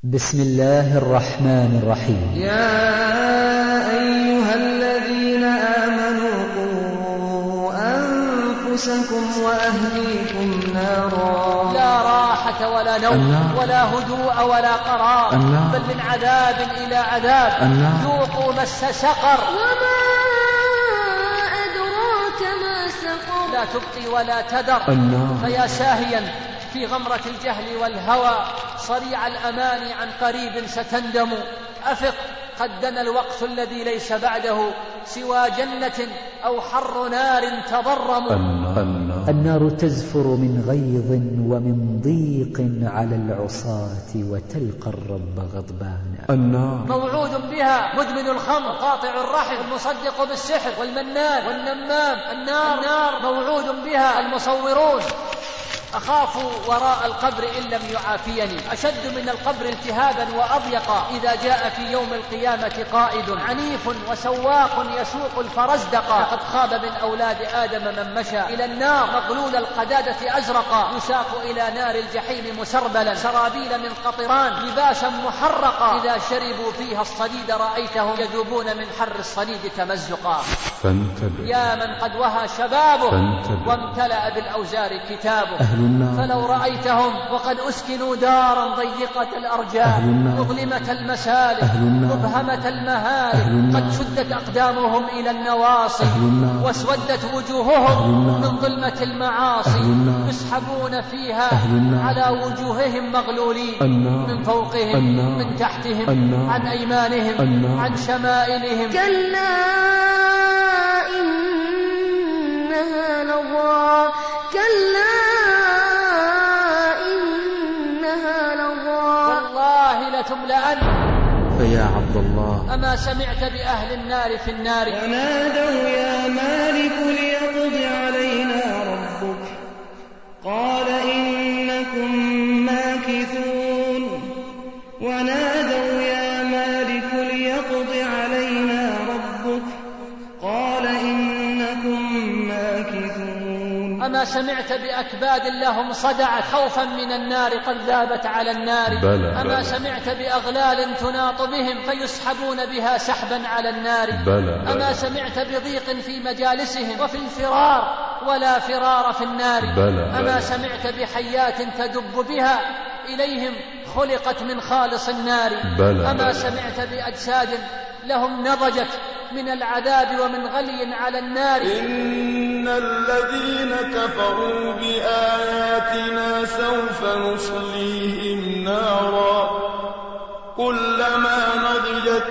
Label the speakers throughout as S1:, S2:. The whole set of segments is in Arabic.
S1: بسم الله الرحمن الرحيم.
S2: يا أيها الذين آمنوا قوا أنفسكم وأهليكم نارا.
S3: لا راحة ولا نوم ولا هدوء ولا قرار، بل من عذاب إلى عذاب. ذوقوا مس سقر.
S4: وما أدراك ما سقر.
S3: لا تبقي ولا تذر. فيا ساهيا في غمرة الجهل والهوى صريع الأمان عن قريب ستندم. أفق قد دنا الوقت الذي ليس بعده سوى جنة أو حر نار تضرم.
S1: النار تزفر من غيظ ومن ضيق على العصاة وتلقى الرب غضبانا.
S3: موعود بها مدمن الخمر قاطع الرحم المصدق بالسحر والمنان والنمام. النار موعود بها المصورون. أخاف وراء القبر إن لم يعافيني، أشد من القبر التهابا وأضيق إذا جاء في يوم القيامة قائد عنيف وسواق يسوق الفرزدق. لقد خاب من أولاد آدم من مشى إلى النار مغلول القدادة أزرق، يساق إلى نار الجحيم مسربلا سرابيل من قطران لباسا محرقا. إذا شربوا فيها الصديد رأيتهم يذوبون من حر الصديد تمزقا. يا من قد وهى شبابه وامتلأ بالأوزار كتابه، فلو رأيتهم وقد أسكنوا دارا ضيقة الأرجاء مظلمة المسالك مبهمة المهالك، قد شدت أقدامهم إلى النواصي واسودت وجوههم من ظلمة المعاصي، يسحبون فيها على وجوههم مغلولين من فوقهم من تحتهم عن أيمانهم عن شمائلهم.
S4: كلا إنها لظى. كلا
S3: لتملأن.
S2: فيا عبد الله
S3: أما سمعت بأهل النار في النار
S2: ونادوا يا مالك ليقض علينا ربك قال إنكم ماكثون. ونادوا يا مالك ليقض علينا ربك قال إنكم ماكثون.
S3: أما سمعت بأكباد لهم صدعت خوفا من النار قد ذابت على النار. أما سمعت بأغلال تناط بهم فيسحبون بها سحبا على النار. أما سمعت بضيق في مجالسهم وفي الفرار ولا فرار في النار. أما سمعت بحيات تدب بها إليهم خلقت من خالص النار. أما سمعت بأجساد لهم نضجت من العذاب ومن غلي على النار.
S5: إن الذين كفروا بآياتنا سوف نصليهم نارا كلما نضجت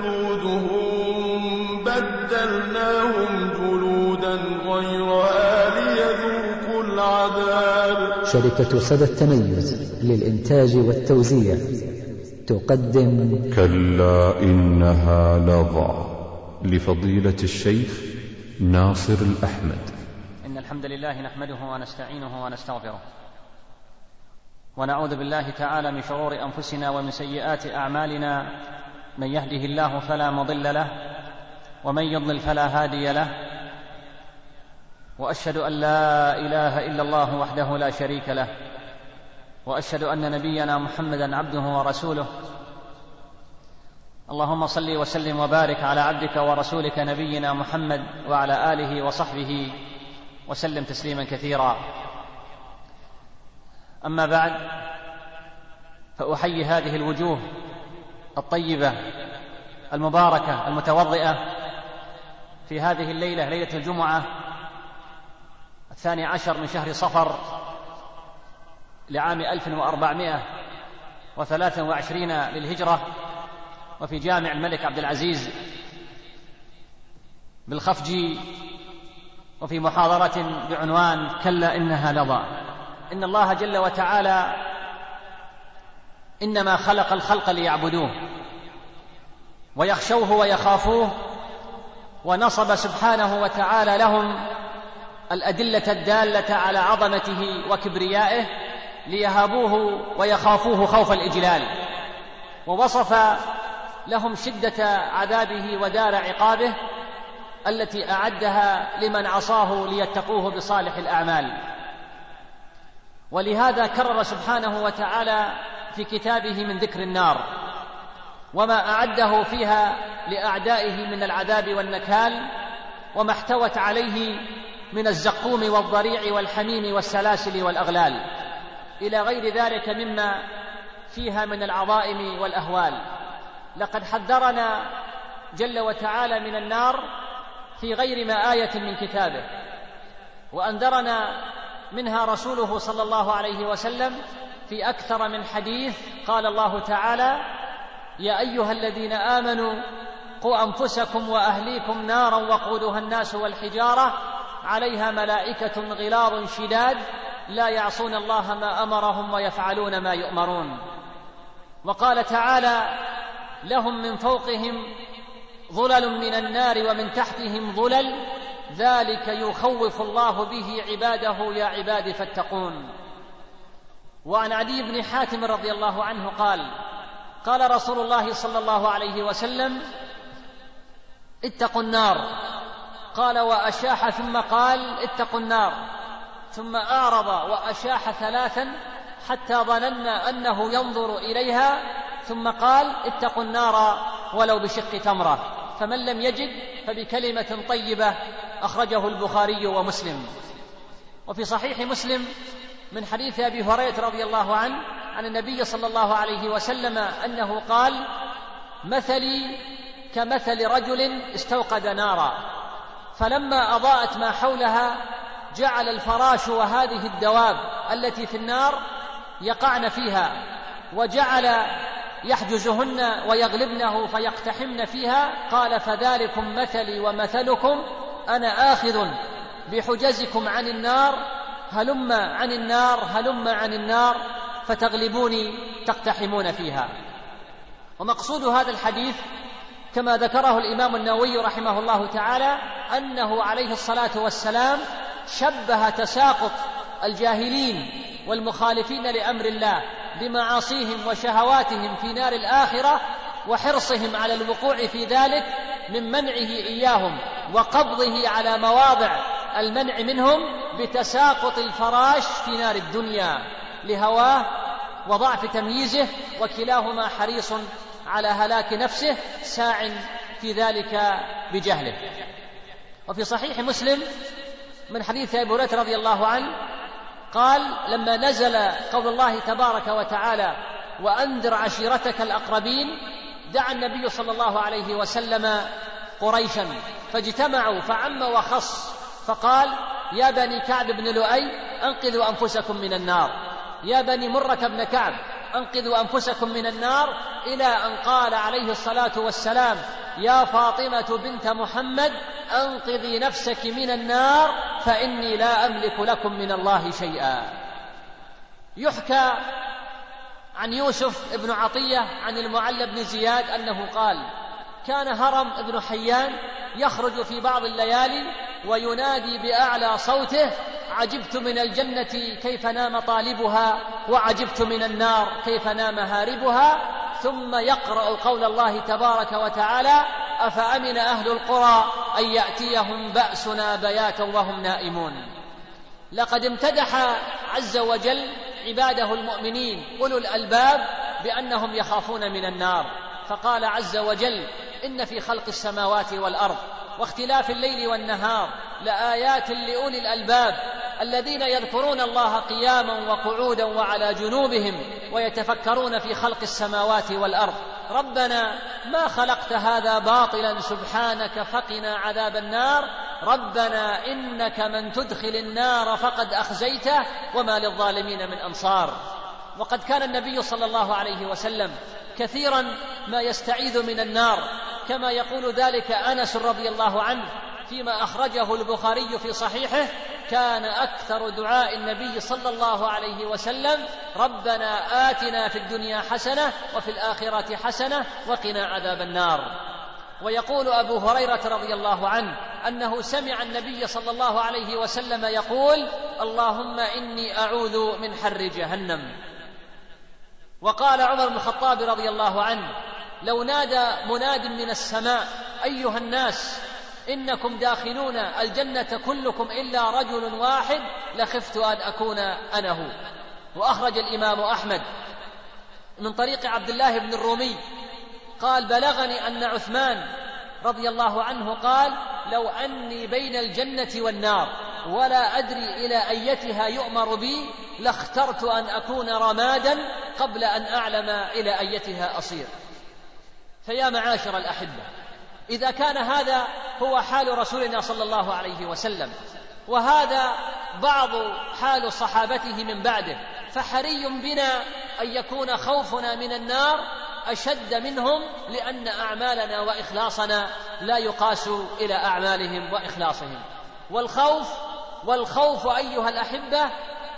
S5: جلودهم بدلناهم جلودا غيرها ليذوقوا العذاب.
S1: شركة صدى التميز للإنتاج والتوزيع تقدم
S6: كلا إنها لظى لفضيلة الشيخ ناصر الأحمد.
S7: إن الحمد لله نحمده ونستعينه ونستغفره ونعوذ بالله تعالى من شرور أنفسنا ومن سيئات أعمالنا. من يهده الله فلا مضل له ومن يضلل فلا هادي له. وأشهد أن لا إله إلا الله وحده لا شريك له، وأشهد أن نبينا محمدا عبده ورسوله. اللهم صل وسلم وبارك على عبدك ورسولك نبينا محمد وعلى آله وصحبه وسلم تسليما كثيرا. أما بعد، فأحيي هذه الوجوه الطيبة المباركة المتوضئة في هذه الليلة، ليلة الجمعة 12 من شهر صفر لعام 1423 للهجرة، وفي جامع الملك عبد العزيز بالخفجي، وفي محاضرة بعنوان كلا إنها لظى. إن الله جل وتعالى إنما خلق الخلق ليعبدوه ويخشوه ويخافوه، ونصب سبحانه وتعالى لهم الأدلة الدالة على عظمته وكبريائه ليهابوه ويخافوه خوف الإجلال، ووصف لهم شدة عذابه ودار عقابه التي أعدها لمن عصاه ليتقوه بصالح الأعمال. ولهذا كرر سبحانه وتعالى
S3: في كتابه من ذكر النار وما أعده فيها لأعدائه من العذاب والنكال، وما احتوت عليه من الزقوم والضريع والحميم والسلاسل والأغلال، إلى غير ذلك مما فيها من العظائم والأهوال. لقد حذرنا جل وتعالى من النار في غير ما آية من كتابه، وأنذرنا منها رسوله صلى الله عليه وسلم في أكثر من حديث. قال الله تعالى: يا أيها الذين آمنوا قوا أنفسكم وأهليكم نارا وقودها الناس والحجارة عليها ملائكة غلاظ شداد لا يعصون الله ما أمرهم ويفعلون ما يؤمرون. وقال تعالى: لهم من فوقهم ظلل من النار ومن تحتهم ظلل ذلك يخوف الله به عباده يا عباد فاتقون. وعن عدي بن حاتم رضي الله عنه قال: قال رسول الله صلى الله عليه وسلم: اتقوا النار. قال وأشاح ثم قال: اتقوا النار، ثم أعرض وأشاح ثلاثا حتى ظننا أنه ينظر إليها، ثم قال: اتقوا النار ولو بشق تمرة، فمن لم يجد فبكلمة طيبة. أخرجه البخاري ومسلم. وفي صحيح مسلم من حديث أبي هريرة رضي الله عنه عن النبي صلى الله عليه وسلم أنه قال: مثلي كمثل رجل استوقد نارا فلما أضاءت ما حولها جعل الفراش وهذه الدواب التي في النار يقعن فيها، وجعل يحجزهن ويغلبنه فيقتحمن فيها. قال: فذلكم مثلي ومثلكم، أنا آخذ بحجزكم عن النار، هلم عن النار هلم عن النار فتغلبوني تقتحمون فيها. ومقصود هذا الحديث كما ذكره الإمام النووي رحمه الله تعالى أنه عليه الصلاة والسلام شبه تساقط الجاهلين والمخالفين لأمر الله بمعاصيهم وشهواتهم في نار الآخرة وحرصهم على الوقوع في ذلك من منعه إياهم وقبضه على مواضع المنع منهم بتساقط الفراش في نار الدنيا لهواه وضعف تمييزه، وكلاهما حريص على هلاك نفسه ساع في ذلك بجهله. وفي صحيح مسلم من حديث أبي هريرة رضي الله عنه قال: لما نزل قول الله تبارك وتعالى: وأنذر عشيرتك الأقربين، دعا النبي صلى الله عليه وسلم قريشا فاجتمعوا فعم وخص، فقال: يا بني كعب بن لؤي أنقذوا أنفسكم من النار، يا بني مرة بن كعب أنقذوا أنفسكم من النار، إلى أن قال عليه الصلاة والسلام: يا فاطمة بنت محمد أنقذي نفسك من النار فإني لا أملك لكم من الله شيئا. يحكى عن يوسف بن عطية عن المعلى بن زياد أنه قال: كان هرم بن حيان يخرج في بعض الليالي وينادي بأعلى صوته: عجبت من الجنة كيف نام طالبها، وعجبت من النار كيف نام هاربها، ثم يقرأ قول الله تبارك وتعالى: أفأمن أهل القرى أن يأتيهم بأسنا بياتا وهم نائمون. لقد امتدح عز وجل عباده المؤمنين أولو الألباب بأنهم يخافون من النار، فقال عز وجل: إن في خلق السماوات والأرض واختلاف الليل والنهار لآيات لأولي الألباب الذين يذكرون الله قياما وقعودا وعلى جنوبهم ويتفكرون في خلق السماوات والأرض ربنا ما خلقت هذا باطلا سبحانك فقنا عذاب النار ربنا إنك من تدخل النار فقد أخزيته وما للظالمين من أنصار. وقد كان النبي صلى الله عليه وسلم كثيرا ما يستعيذ من النار، كما يقول ذلك أنس رضي الله عنه فيما أخرجه البخاري في صحيحه: كان أكثر دعاء النبي صلى الله عليه وسلم: ربنا آتنا في الدنيا حسنة وفي الآخرة حسنة وقنا عذاب النار. ويقول أبو هريرة رضي الله عنه أنه سمع النبي صلى الله عليه وسلم يقول: اللهم إني أعوذ من حر جهنم. وقال عمر بن الخطاب رضي الله عنه: لو نادى مناد من السماء: أيها الناس إنكم داخلون الجنة كلكم إلا رجل واحد لخفت أن أكون أنا هو. وأخرج الإمام أحمد من طريق عبد الله بن الرومي قال: بلغني أن عثمان رضي الله عنه قال: لو أني بين الجنة والنار ولا أدري إلى أيتها يؤمر بي لاخترت أن أكون رمادا قبل أن أعلم إلى أيتها أصير. فيا معاشر الأحبة، إذا كان هذا هو حال رسولنا صلى الله عليه وسلم، وهذا بعض حال صحابته من بعده، فحري بنا أن يكون خوفنا من النار أشد منهم، لأن أعمالنا وإخلاصنا لا يقاس إلى أعمالهم وإخلاصهم. والخوف أيها الأحبة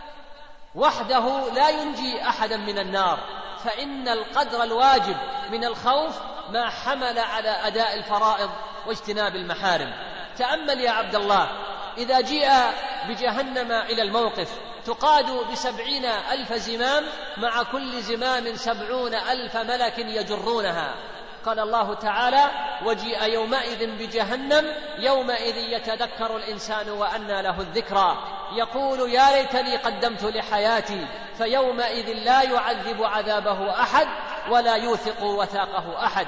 S3: وحده لا ينجي أحدا من النار، فإن القدر الواجب من الخوف ما حمل على أداء الفرائض واجتناب المحارم. تأمل يا عبد الله، إذا جيء بجهنم إلى الموقف تقاد ب70,000 زمام، مع كل زمام 70,000 ملك يجرونها. قال الله تعالى: وجيء يومئذ بجهنم يومئذ يتذكر الإنسان وأنى له الذكرى يقول يا ليتني قدمت لحياتي، فيومئذ لا يعذب عذابه أحد ولا يوثق وثاقه أحد.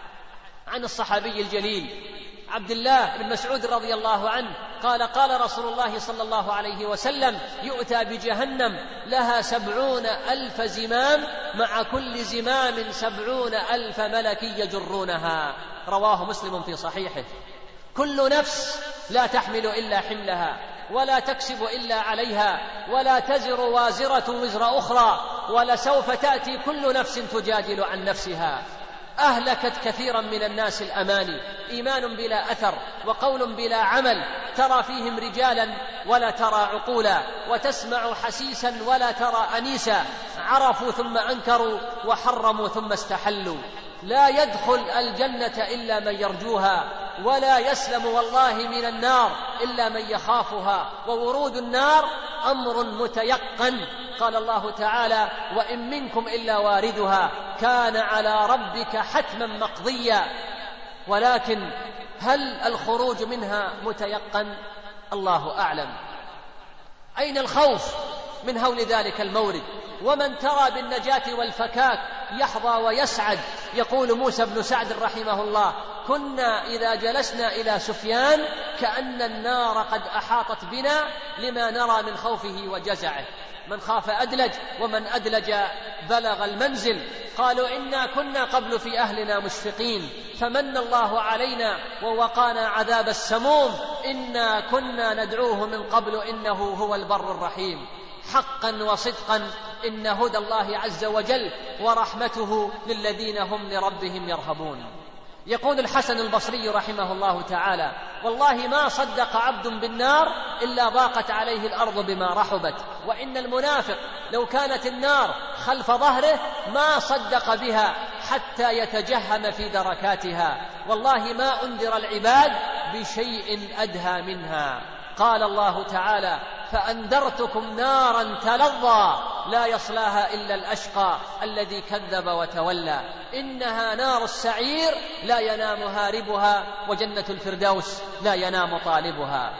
S3: عن الصحابي الجليل عبد الله بن مسعود رضي الله عنه قال: قال رسول الله صلى الله عليه وسلم: يؤتى بجهنم لها 70,000 زمام، مع كل زمام 70,000 ملك يجرونها. رواه مسلم في صحيحه. كل نفس لا تحمل إلا حملها، ولا تكسب إلا عليها، ولا تزر وازرة وزر أخرى، ولسوف تأتي كل نفس تجادل عن نفسها. أهلكت كثيرا من الناس الأماني، إيمان بلا أثر وقول بلا عمل، ترى فيهم رجالا ولا ترى عقولا، وتسمع حسيسا ولا ترى أنيسا، عرفوا ثم أنكروا وحرموا ثم استحلوا. لا يدخل الجنة إلا من يرجوها، ولا يسلم والله من النار إلا من يخافها، وورود النار أمر متيقن. قال الله تعالى: وإن منكم إلا واردها كان على ربك حتما مقضيا. ولكن هل الخروج منها متيقن؟ الله أعلم. أين الخوف من هول ذلك المورد؟ ومن ترى بالنجاة والفكاك يحظى ويسعد. يقول موسى بن سعد رحمه الله: كنا إذا جلسنا إلى سفيان كأن النار قد أحاطت بنا لما نرى من خوفه وجزعه. من خاف أدلج، ومن أدلج بلغ المنزل. قالوا: إنا كنا قبل في أهلنا مشفقين، فمن الله علينا ووقانا عذاب السموم، إنا كنا ندعوه من قبل إنه هو البر الرحيم. حقا وصدقا إن هدى الله عز وجل ورحمته للذين هم لربهم يرهبون. يقول الحسن البصري رحمه الله تعالى: والله ما صدق عبد بالنار إلا ضاقت عليه الأرض بما رحبت. وإن المنافق لو كانت النار خلف ظهره ما صدق بها حتى يتجهم في دركاتها. والله ما أنذر العباد بشيء أدهى منها. قال الله تعالى: فأنذرتكم نارا تلظى لا يصلاها إلا الأشقى الذي كذب وتولى. إنها نار السعير لا ينام هاربها، وجنة الفردوس لا ينام طالبها.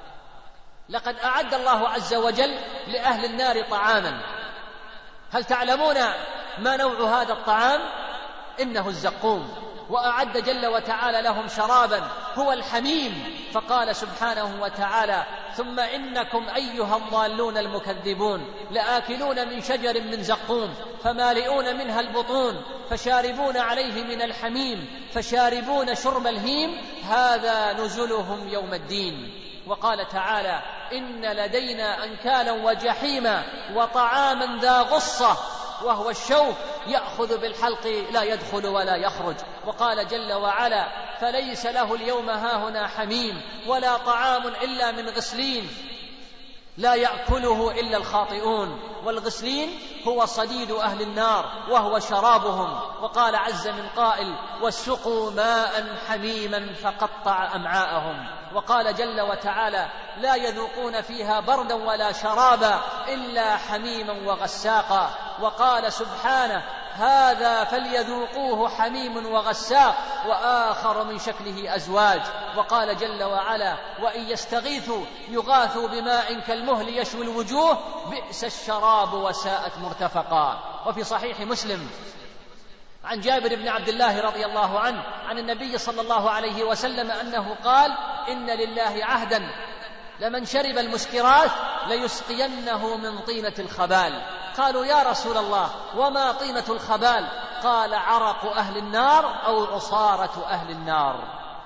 S3: لقد أعد الله عز وجل لأهل النار طعاما. هل تعلمون ما نوع هذا الطعام؟ إنه الزقوم. وأعد جل وتعالى لهم شرابا هو الحميم. فقال سبحانه وتعالى: ثم إنكم أيها الضالون المكذبون لآكلون من شجر من زقوم فمالئون منها البطون فشاربون عليه من الحميم فشاربون شرب الهيم هذا نزلهم يوم الدين. وقال تعالى: إن لدينا أنكالا وجحيما وطعاما ذا غصة وهو الشوك يأخذ بالحلق لا يدخل ولا يخرج. وقال جل وعلا: فليس له اليوم هاهنا حميم ولا طعام إلا من غسلين لا يأكله إلا الخاطئون. والغسلين هو صديد أهل النار وهو شرابهم. وقال عز من قائل: واسقوا ماء حميما فقطع أمعاءهم. وقال جل وتعالى: لا يذوقون فيها بردا ولا شرابا إلا حميما وغساقا. وقال سبحانه: هذا فليذوقوه حميم وغساق وآخر من شكله أزواج. وقال جل وعلا وإن يستغيثوا يغاثوا بماء كالمهل يشوي الوجوه بئس الشراب وساءت مرتفقا. وفي صحيح مسلم عن جابر بن عبد الله رضي الله عنه عن النبي صلى الله عليه وسلم أنه قال إن لله عهدا لمن شرب المسكرات ليسقينه من طينة الخبال. قالوا يا رسول الله وما طينة الخبال؟ قال عرق أهل النار أو عصارة أهل النار.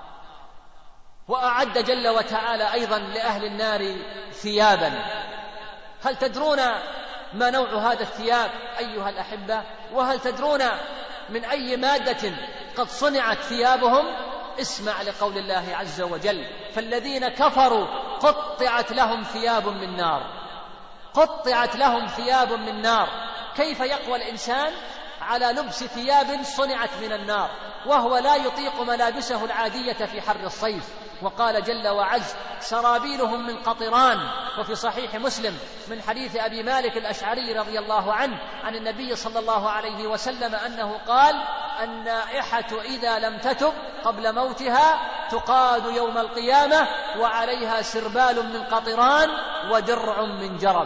S3: وأعد جل وتعالى أيضا لأهل النار ثيابا. هل تدرون ما نوع هذا الثياب أيها الأحبة؟ وهل تدرون من أي مادة قد صنعت ثيابهم؟ اسمع لقول الله عز وجل فالذين كفروا قطعت لهم ثياب من نار. قطعت لهم ثياب من نار. كيف يقوى الإنسان على لبس ثياب صنعت من النار وهو لا يطيق ملابسه العادية في حر الصيف؟ وقال جل وعز سرابيلهم من قطران. وفي صحيح مسلم من حديث أبي مالك الأشعري رضي الله عنه عن النبي صلى الله عليه وسلم أنه قال النائحة إذا لم تتب قبل موتها تقاد يوم القيامة وعليها سربال من قطران ودرع من جرب.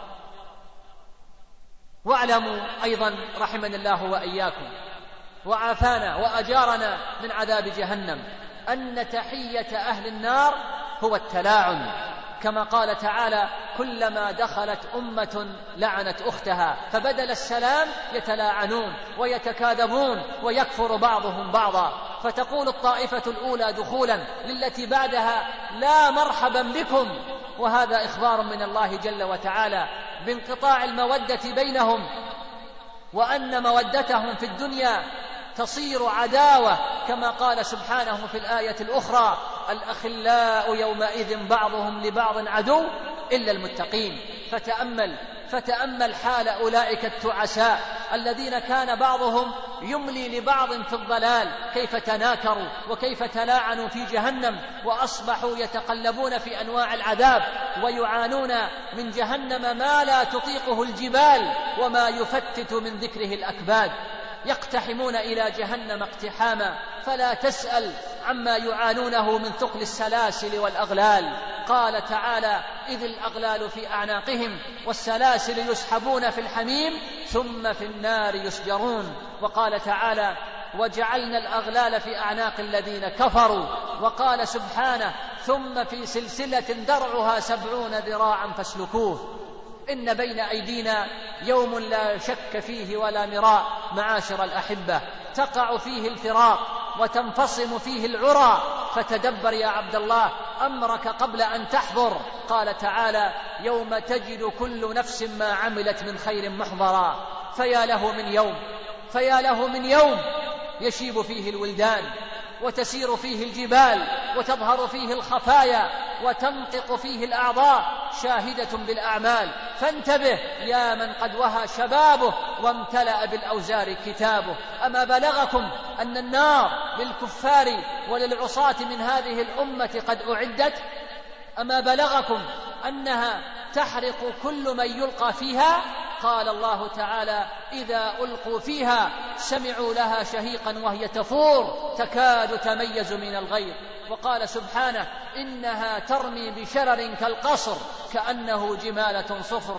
S3: واعلموا أيضا رحمنا الله وإياكم وعافانا وأجارنا من عذاب جهنم أن تحية أهل النار هو التلاعن، كما قال تعالى كلما دخلت أمة لعنت أختها فبدل السلام يتلاعنون ويتكاذبون ويكفر بعضهم بعضا. فتقول الطائفة الأولى دخولا للتي بعدها لا مرحبا بكم، وهذا إخبار من الله جل وتعالى بانقطاع المودة بينهم، وأن مودتهم في الدنيا تصير عداوة، كما قال سبحانه في الآية الأخرى الأخلاء يومئذ بعضهم لبعض عدو إلا المتقين. فتأمل حال أولئك التعساء الذين كان بعضهم يملي لبعض في الضلال، كيف تناكروا وكيف تلاعنوا في جهنم، وأصبحوا يتقلبون في أنواع العذاب ويعانون من جهنم ما لا تطيقه الجبال وما يفتت من ذكره الأكباد. يقتحمون إلى جهنم اقتحاما فلا تسأل عما يعانونه من ثقل السلاسل والأغلال. قال تعالى إذ الأغلال في أعناقهم والسلاسل يسحبون في الحميم ثم في النار يسجرون. وقال تعالى وجعلنا الأغلال في أعناق الذين كفروا. وقال سبحانه ثم في سلسلة درعها 70 ذراعا فاسلكوه. إن بين أيدينا يوم لا شك فيه ولا مراء معاشر الأحبة، تقع فيه الفراق وتنفصم فيه العرى، فتدبر يا عبد الله أمرك قبل أن تحضر. قال تعالى يوم تجد كل نفس ما عملت من خير محضرا. فيا له من يوم يشيب فيه الولدان وتسير فيه الجبال وتظهر فيه الخفايا وتنطق فيه الأعضاء شاهدة بالأعمال. فانتبه يا من قد وهى شبابه وامتلأ بالأوزار كتابه. أما بلغكم أن النار للكفار وللعصاة من هذه الأمة قد أعدت؟ أما بلغكم أنها تحرق كل من يلقى فيها؟ قال الله تعالى إذا ألقوا فيها سمعوا لها شهيقا وهي تفور تكاد تميز من الغيظ. وقال سبحانه إنها ترمي بشرر كالقصر كأنه جمالة صفر.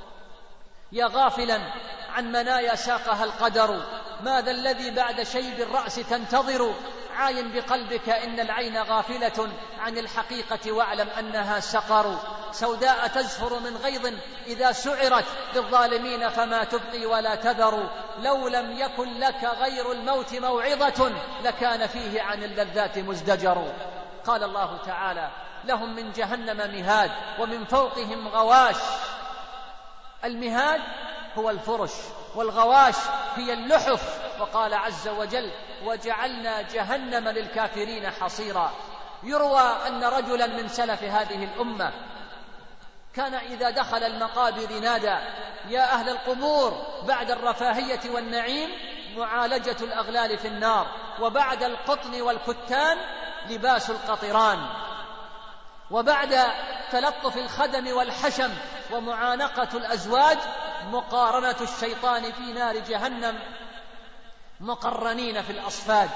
S3: يا غافلا عن منايا ساقها القدر ماذا الذي بعد شيب الرأس تنتظر؟ عاين بقلبك إن العين غافلة عن الحقيقة واعلم أنها سقر. سوداء تزفر من غيظ إذا سعرت للظالمين فما تبقي ولا تذر. لو لم يكن لك غير الموت موعظة لكان فيه عن اللذات مزدجر. قال الله تعالى لهم من جهنم مهاد ومن فوقهم غواش. المهاد هو الفرش والغواش هي اللحف. وقال عز وجل وجعلنا جهنم للكافرين حصيرا. يروى أن رجلا من سلف هذه الأمة كان إذا دخل المقابر نادى يا أهل القبور بعد الرفاهية والنعيم معالجة الأغلال في النار، وبعد القطن والكتان لباس القطران، وبعد تلطف الخدم والحشم ومعانقة الأزواج مقارنة الشيطان في نار جهنم مقرنين في الأصفاد.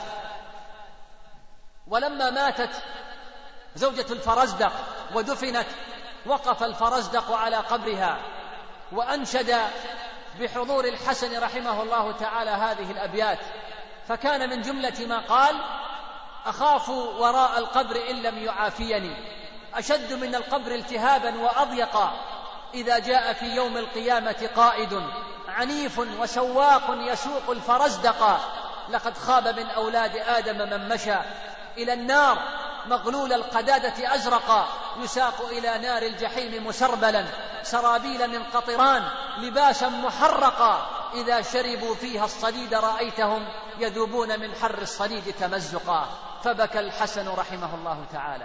S3: ولما ماتت زوجة الفرزدق ودفنت وقف الفرزدق على قبرها وأنشد بحضور الحسن رحمه الله تعالى هذه الأبيات، فكان من جملة ما قال: أخاف وراء القبر إن لم يعافيني، أشد من القبر التهابا وأضيقا، إذا جاء في يوم القيامة قائد عنيف وسواق يسوق الفرزدق، لقد خاب من أولاد آدم من مشى إلى النار مغلول القدادة أزرقا، يساق إلى نار الجحيم مسربلا، سرابيل من قطران لباسا محرقا، إذا شربوا فيها الصديد رأيتهم يذوبون من حر الصديد تمزقا. فبكى الحسن رحمه الله تعالى.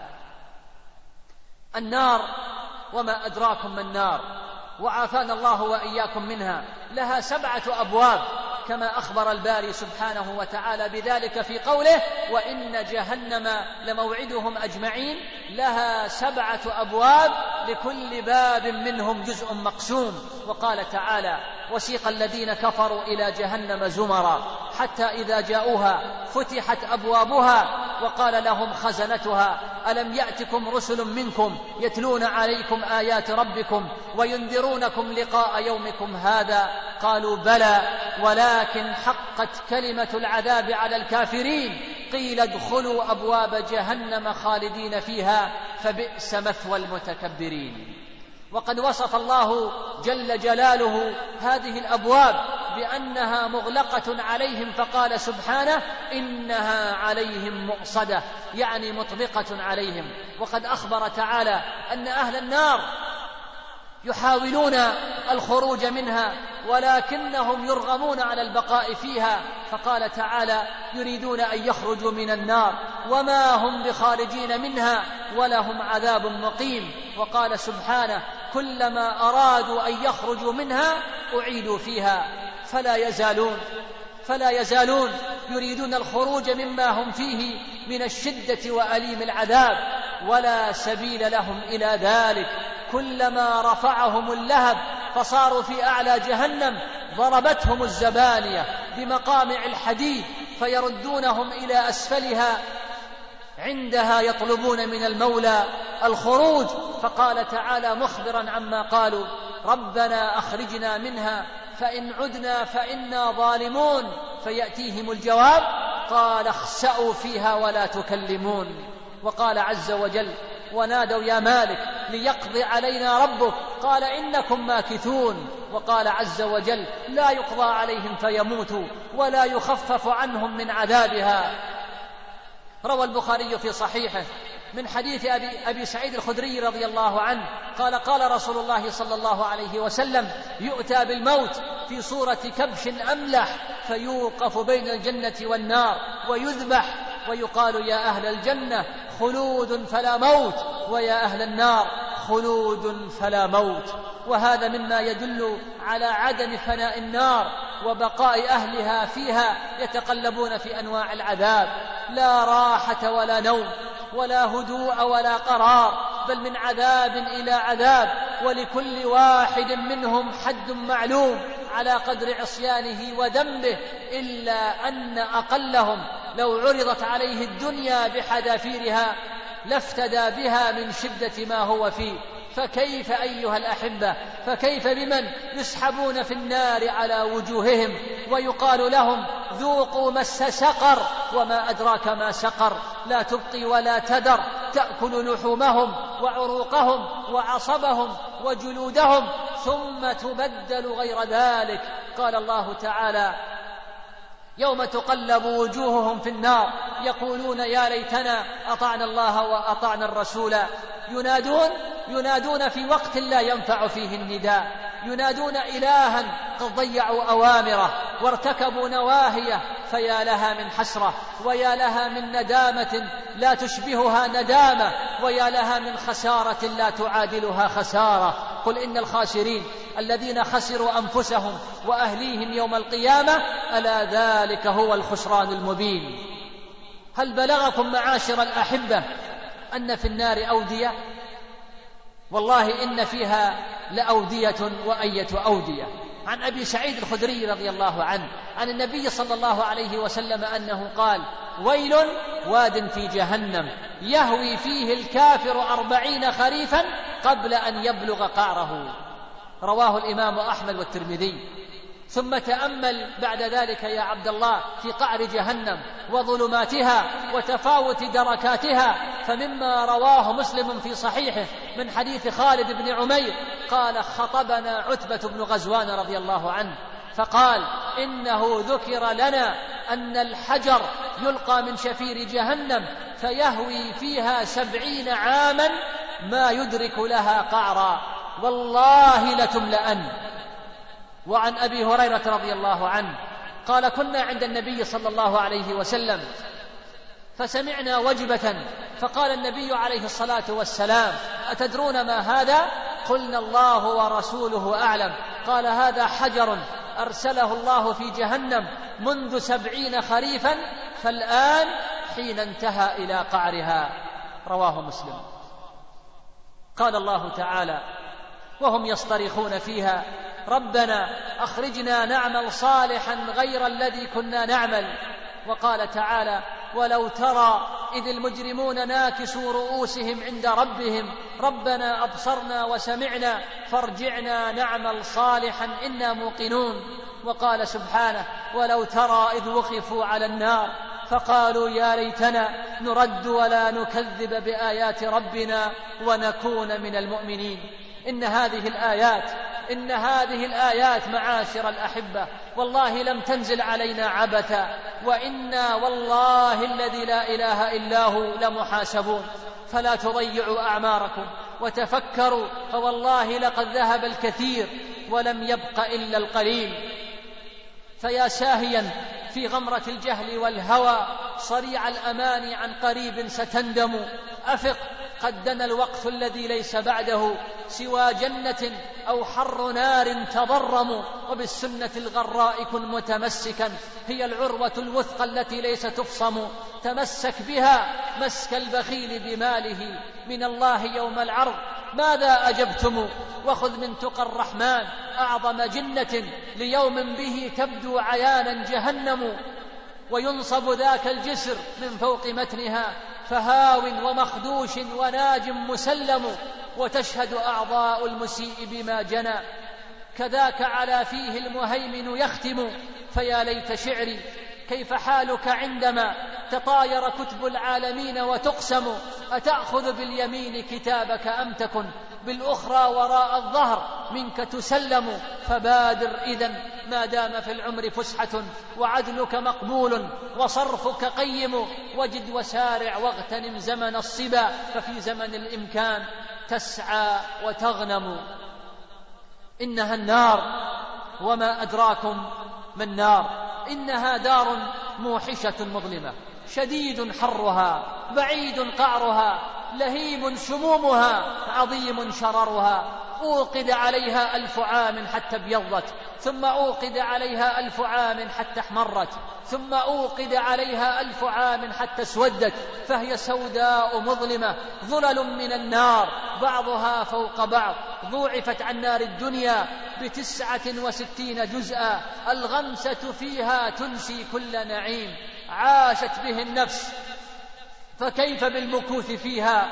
S3: النار وما أدراكم ما النار، وعافانا الله وإياكم منها، لها 7 أبواب كما أخبر الباري سبحانه وتعالى بذلك في قوله: وإن جهنم لموعدهم أجمعين، لها 7 أبواب لكل باب منهم جزء مقسوم. وقال تعالى: وسيق الذين كفروا إلى جهنم زمرا حتى إذا جاءوها فتحت أبوابها وقال لهم خزنتها ألم يأتكم رسل منكم يتلون عليكم آيات ربكم وينذرونكم لقاء يومكم هذا، قالوا بلى ولكن حقت كلمة العذاب على الكافرين، قيل ادخلوا أبواب جهنم خالدين فيها فبئس مثوى المتكبرين. وقد وصف الله جل جلاله هذه الأبواب بأنها مغلقة عليهم، فقال سبحانه: إنها عليهم مؤصدة، يعني مطبقة عليهم. وقد أخبر تعالى أن أهل النار يحاولون الخروج منها ولكنهم يرغمون على البقاء فيها، فقال تعالى: يريدون أن يخرجوا من النار وما هم بخارجين منها ولهم عذاب مقيم. وقال سبحانه: كلما أرادوا أن يخرجوا منها أعيدوا فيها فلا يزالون يريدون الخروج مما هم فيه من الشدة وأليم العذاب، ولا سبيل لهم إلى ذلك. كلما رفعهم اللهب فصاروا في أعلى جهنم ضربتهم الزبانية بمقامع الحديد فيردونهم إلى أسفلها، عندها يطلبون من المولى الخروج. فقال تعالى مخبرا عما قالوا: ربنا أخرجنا منها فإن عدنا فإنا ظالمون، فيأتيهم الجواب: قال اخسأوا فيها ولا تكلمون. وقال عز وجل: ونادوا يا مالك ليقضي علينا ربك، قال إنكم ماكثون. وقال عز وجل: لا يقضى عليهم فيموتوا ولا يخفف عنهم من عذابها. روى البخاري في صحيحه من حديث أبي سعيد الخدري رضي الله عنه قال: قال رسول الله صلى الله عليه وسلم: يؤتى بالموت في صورة كبش أملح فيوقف بين الجنة والنار ويذبح، ويقال: يا أهل الجنة خلود فلا موت، ويا أهل النار خلود فلا موت. وهذا مما يدل على عدم فناء النار وبقاء أهلها فيها يتقلبون في أنواع العذاب، لا راحة ولا نوم ولا هدوء ولا قرار، بل من عذاب إلى عذاب، ولكل واحد منهم حد معلوم على قدر عصيانه وذنبه، إلا أن أقلهم لو عرضت عليه الدنيا بحذافيرها لافتدى بها من شدة ما هو فيه. فكيف أيها الأحبة، فكيف بمن يسحبون في النار على وجوههم ويقال لهم: ذوقوا مس سقر، وما أدراك ما سقر، لا تبقي ولا تذر، تأكل لحومهم وعروقهم وعصبهم وجلودهم ثم تبدل غير ذلك. قال الله تعالى: يوم تقلب وجوههم في النار يقولون يا ليتنا أطعنا الله وأطعنا الرسول، ينادون في وقت لا ينفع فيه النداء، ينادون إلها قد ضيعوا أوامره وارتكبوا نواهيه، فيا لها من حسرة، ويا لها من ندامة لا تشبهها ندامة، ويا لها من خسارة لا تعادلها خسارة. قل إن الخاسرين الذين خسروا أنفسهم وأهليهم يوم القيامة، ألا ذلك هو الخسران المبين. هل بلغكم معاشر الأحبة أن في النار أودية؟ والله إن فيها لأودية وأية أودية. عن أبي سعيد الخدري رضي الله عنه عن النبي صلى الله عليه وسلم أنه قال: ويل واد في جهنم يهوي فيه الكافر 40 خريفا قبل أن يبلغ قعره. رواه الإمام أحمد والترمذي. ثم تأمل بعد ذلك يا عبد الله في قعر جهنم وظلماتها وتفاوت دركاتها، فمما رواه مسلم في صحيحه من حديث خالد بن عمير قال: خطبنا عتبة بن غزوان رضي الله عنه فقال: إنه ذكر لنا أن الحجر يلقى من شفير جهنم فيهوي فيها 70 عاما ما يدرك لها قعرا، والله لتملأن. وعن أبي هريرة رضي الله عنه قال: كنا عند النبي صلى الله عليه وسلم فسمعنا وجبة فقال النبي عليه الصلاة والسلام: أتدرون ما هذا؟ قلنا: الله ورسوله أعلم. قال: هذا حجر أرسله الله في جهنم منذ 70 خريفا فالآن حين انتهى إلى قعرها. رواه مسلم. قال الله تعالى وهم يصطرخون فيها: ربنا أخرجنا نعمل صالحا غير الذي كنا نعمل. وقال تعالى: ولو ترى إذ المجرمون ناكسوا رؤوسهم عند ربهم ربنا أبصرنا وسمعنا فارجعنا نعمل صالحا إنا موقنون. وقال سبحانه: ولو ترى إذ وقفوا على النار فقالوا يا ليتنا نرد ولا نكذب بآيات ربنا ونكون من المؤمنين. إن هذه الآيات معاشر الأحبة والله لم تنزل علينا عبثا، وإنا والله الذي لا إله إلا هو لمحاسبون. فلا تضيعوا أعماركم وتفكروا، فوالله لقد ذهب الكثير ولم يبق إلا القليل. فيا ساهيا في غمرة الجهل والهوى صريع الأمان عن قريب ستندم، أفق قد دنا الوقت الذي ليس بعده سوى جنة أو حر نار تضرم. وبالسنة الغراء كن متمسكا، هي العروة الوثقى التي ليس تفصم. تمسك بها مسك البخيل بماله من الله يوم العرض ماذا أجبتم؟ وخذ من تقى الرحمن أعظم جنة ليوم به تبدو عيانا جهنم. وينصب ذاك الجسر من فوق متنها فهاو ومخدوش وناج مسلم. وتشهد أعضاء المسيء بما جنى كذاك على فيه المهيمن يختم. فيا ليت شعري كيف حالك عندما تطاير كتب العالمين وتقسم. أتأخذ باليمين كتابك أم تكن بالأخرى وراء الظهر منك تسلم. فبادر إذن ما دام في العمر فسحة وعدلك مقبول وصرفك قيم. وجد وسارع واغتنم زمن الصبا ففي زمن الإمكان تسعى وتغنم. إنها النار وما أدراكم ما النار، إنها دار موحشة مظلمة شديد حرها بعيد قعرها لهيب سمومها عظيم شررها. أوقد عليها 1000 عام حتى ابيضت ثم أوقد عليها 1000 عام حتى احمرت ثم أوقد عليها 1000 عام حتى اسودت فهي سوداء مظلمة ظلل من النار بعضها فوق بعض. ضوعفت عن نار الدنيا ب69 جزءا. الغمسة فيها تنسي كل نعيم عاشت به النفس، فكيف بالمكوث فيها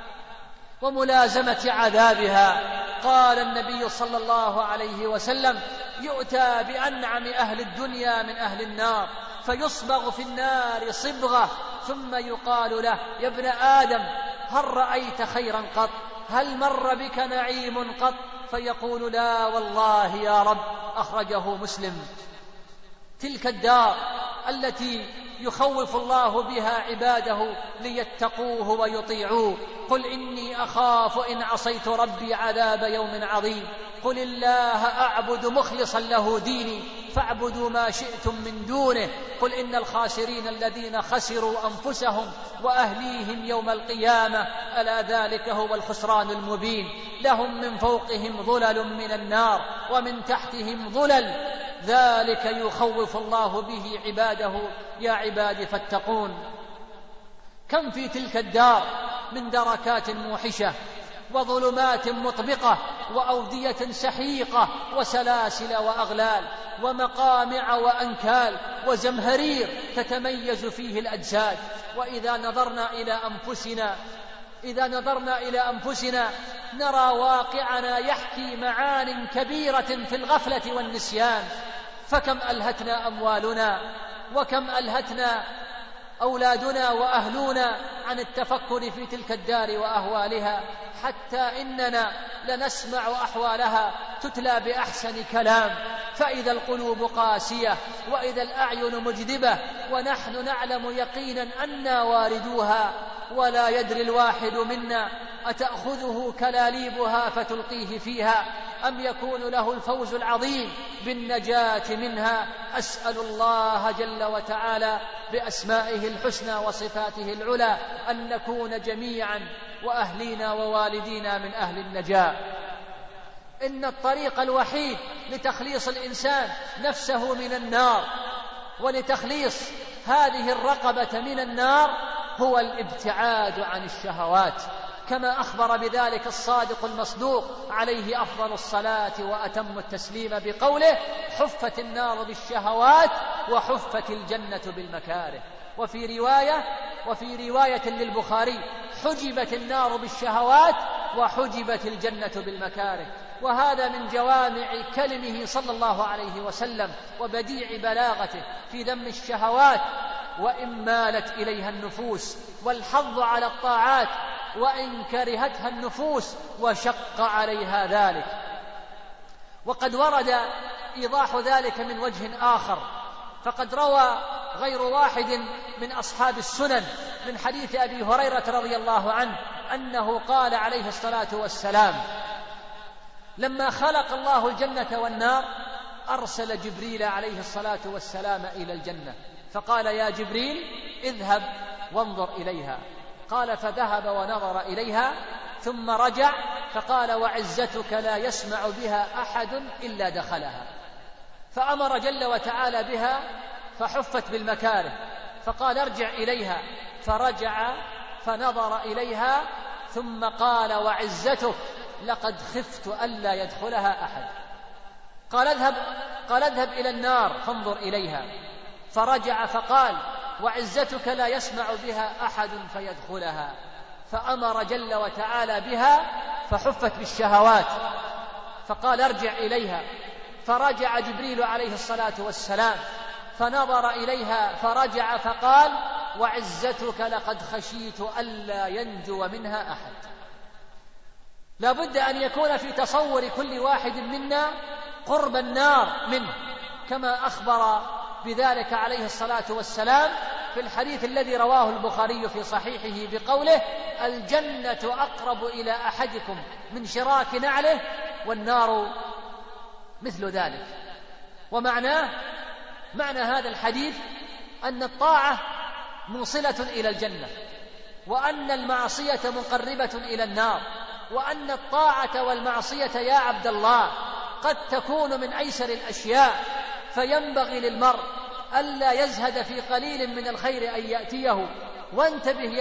S3: وملازمة عذابها؟ قال النبي صلى الله عليه وسلم: يؤتى بأنعم أهل الدنيا من أهل النار فيصبغ في النار صبغة ثم يقال له: يا ابن آدم هل رأيت خيرا قط؟ هل مر بك نعيم قط؟ فيقول: لا والله يا رب. أخرجه مسلم. تلك الدار التي يخوف الله بها عباده ليتقوه ويطيعوه. قل إني أخاف إن عصيت ربي عذاب يوم عظيم. قل الله أعبد مخلصا له ديني فاعبدوا ما شئتم من دونه. قل إن الخاسرين الذين خسروا أنفسهم وأهليهم يوم القيامة ألا ذلك هو الخسران المبين. لهم من فوقهم ظلل من النار ومن تحتهم ظلل ذلك يخوف الله به عباده يا عباد فاتقون. كم في تلك الدار من دركات موحشة وظلمات مطبقة وأودية سحيقة وسلاسل وأغلال ومقامع وأنكال وزمهرير تتميز فيه الأجساد. وإذا نظرنا إلى أنفسنا نرى واقعنا يحكي معان كبيرة في الغفلة والنسيان. فكم ألهتنا أموالنا وكم ألهتنا أولادنا وأهلنا عن التفكر في تلك الدار وأهوالها، حتى إننا لنسمع أحوالها تتلى بأحسن كلام، فإذا القلوب قاسية وإذا الأعين مجدبة ونحن نعلم يقينا أننا واردوها، ولا يدري الواحد منا أتأخذه كلاليبها فتلقيه فيها أم يكون له الفوز العظيم بالنجاة منها. أسأل الله جل وتعالى بأسمائه الحسنى وصفاته العلى أن نكون جميعا وأهلينا ووالدينا من أهل النجاة. إن الطريق الوحيد لتخليص الإنسان نفسه من النار ولتخليص هذه الرقبة من النار هو الابتعاد عن الشهوات، كما أخبر بذلك الصادق المصدوق عليه أفضل الصلاة وأتم التسليم بقوله: حفت النار بالشهوات وحفت الجنة بالمكاره. وفي رواية للبخاري: حجبت النار بالشهوات وحجبت الجنة بالمكاره. وهذا من جوامع كلمه صلى الله عليه وسلم وبديع بلاغته في ذم الشهوات وإن مالت إليها النفوس، والحظ على الطاعات وإن كرهتها النفوس وشق عليها ذلك. وقد ورد إيضاح ذلك من وجه آخر، فقد روى غير واحد من أصحاب السنن من حديث أبي هريرة رضي الله عنه أنه قال عليه الصلاة والسلام: لما خلق الله الجنة والنار أرسل جبريل عليه الصلاة والسلام إلى الجنة فقال: يا جبريل اذهب وانظر إليها. قال: فذهب ونظر إليها ثم رجع فقال: وعزتك لا يسمع بها أحد إلا دخلها. فأمر جل وتعالى بها فحفت بالمكاره، فقال: ارجع إليها، فرجع فنظر إليها ثم قال: وعزتك لقد خفت ألا يدخلها أحد. قال اذهب إلى النار فانظر إليها، فرجع فقال: وعزتك لا يسمع بها أحد فيدخلها. فأمر جل وتعالى بها فحفت بالشهوات، فقال: ارجع إليها. فرجع جبريل عليه الصلاة والسلام فنظر إليها فرجع فقال: وعزتك لقد خشيت ألا ينجو منها أحد. لا بد أن يكون في تصور كل واحد منا قرب النار منه، كما أخبر بذلك عليه الصلاة والسلام في الحديث الذي رواه البخاري في صحيحه بقوله: الجنة أقرب إلى أحدكم من شراك نعله والنار مثل ذلك. معنى هذا الحديث أن الطاعة موصلة إلى الجنة، وأن المعصية مقربة إلى النار، وأن الطاعة والمعصية يا عبد الله قد تكون من أيسر الأشياء، فينبغي للمرء ألا يزهد في قليل من الخير أن يأتيه. وانتبه يا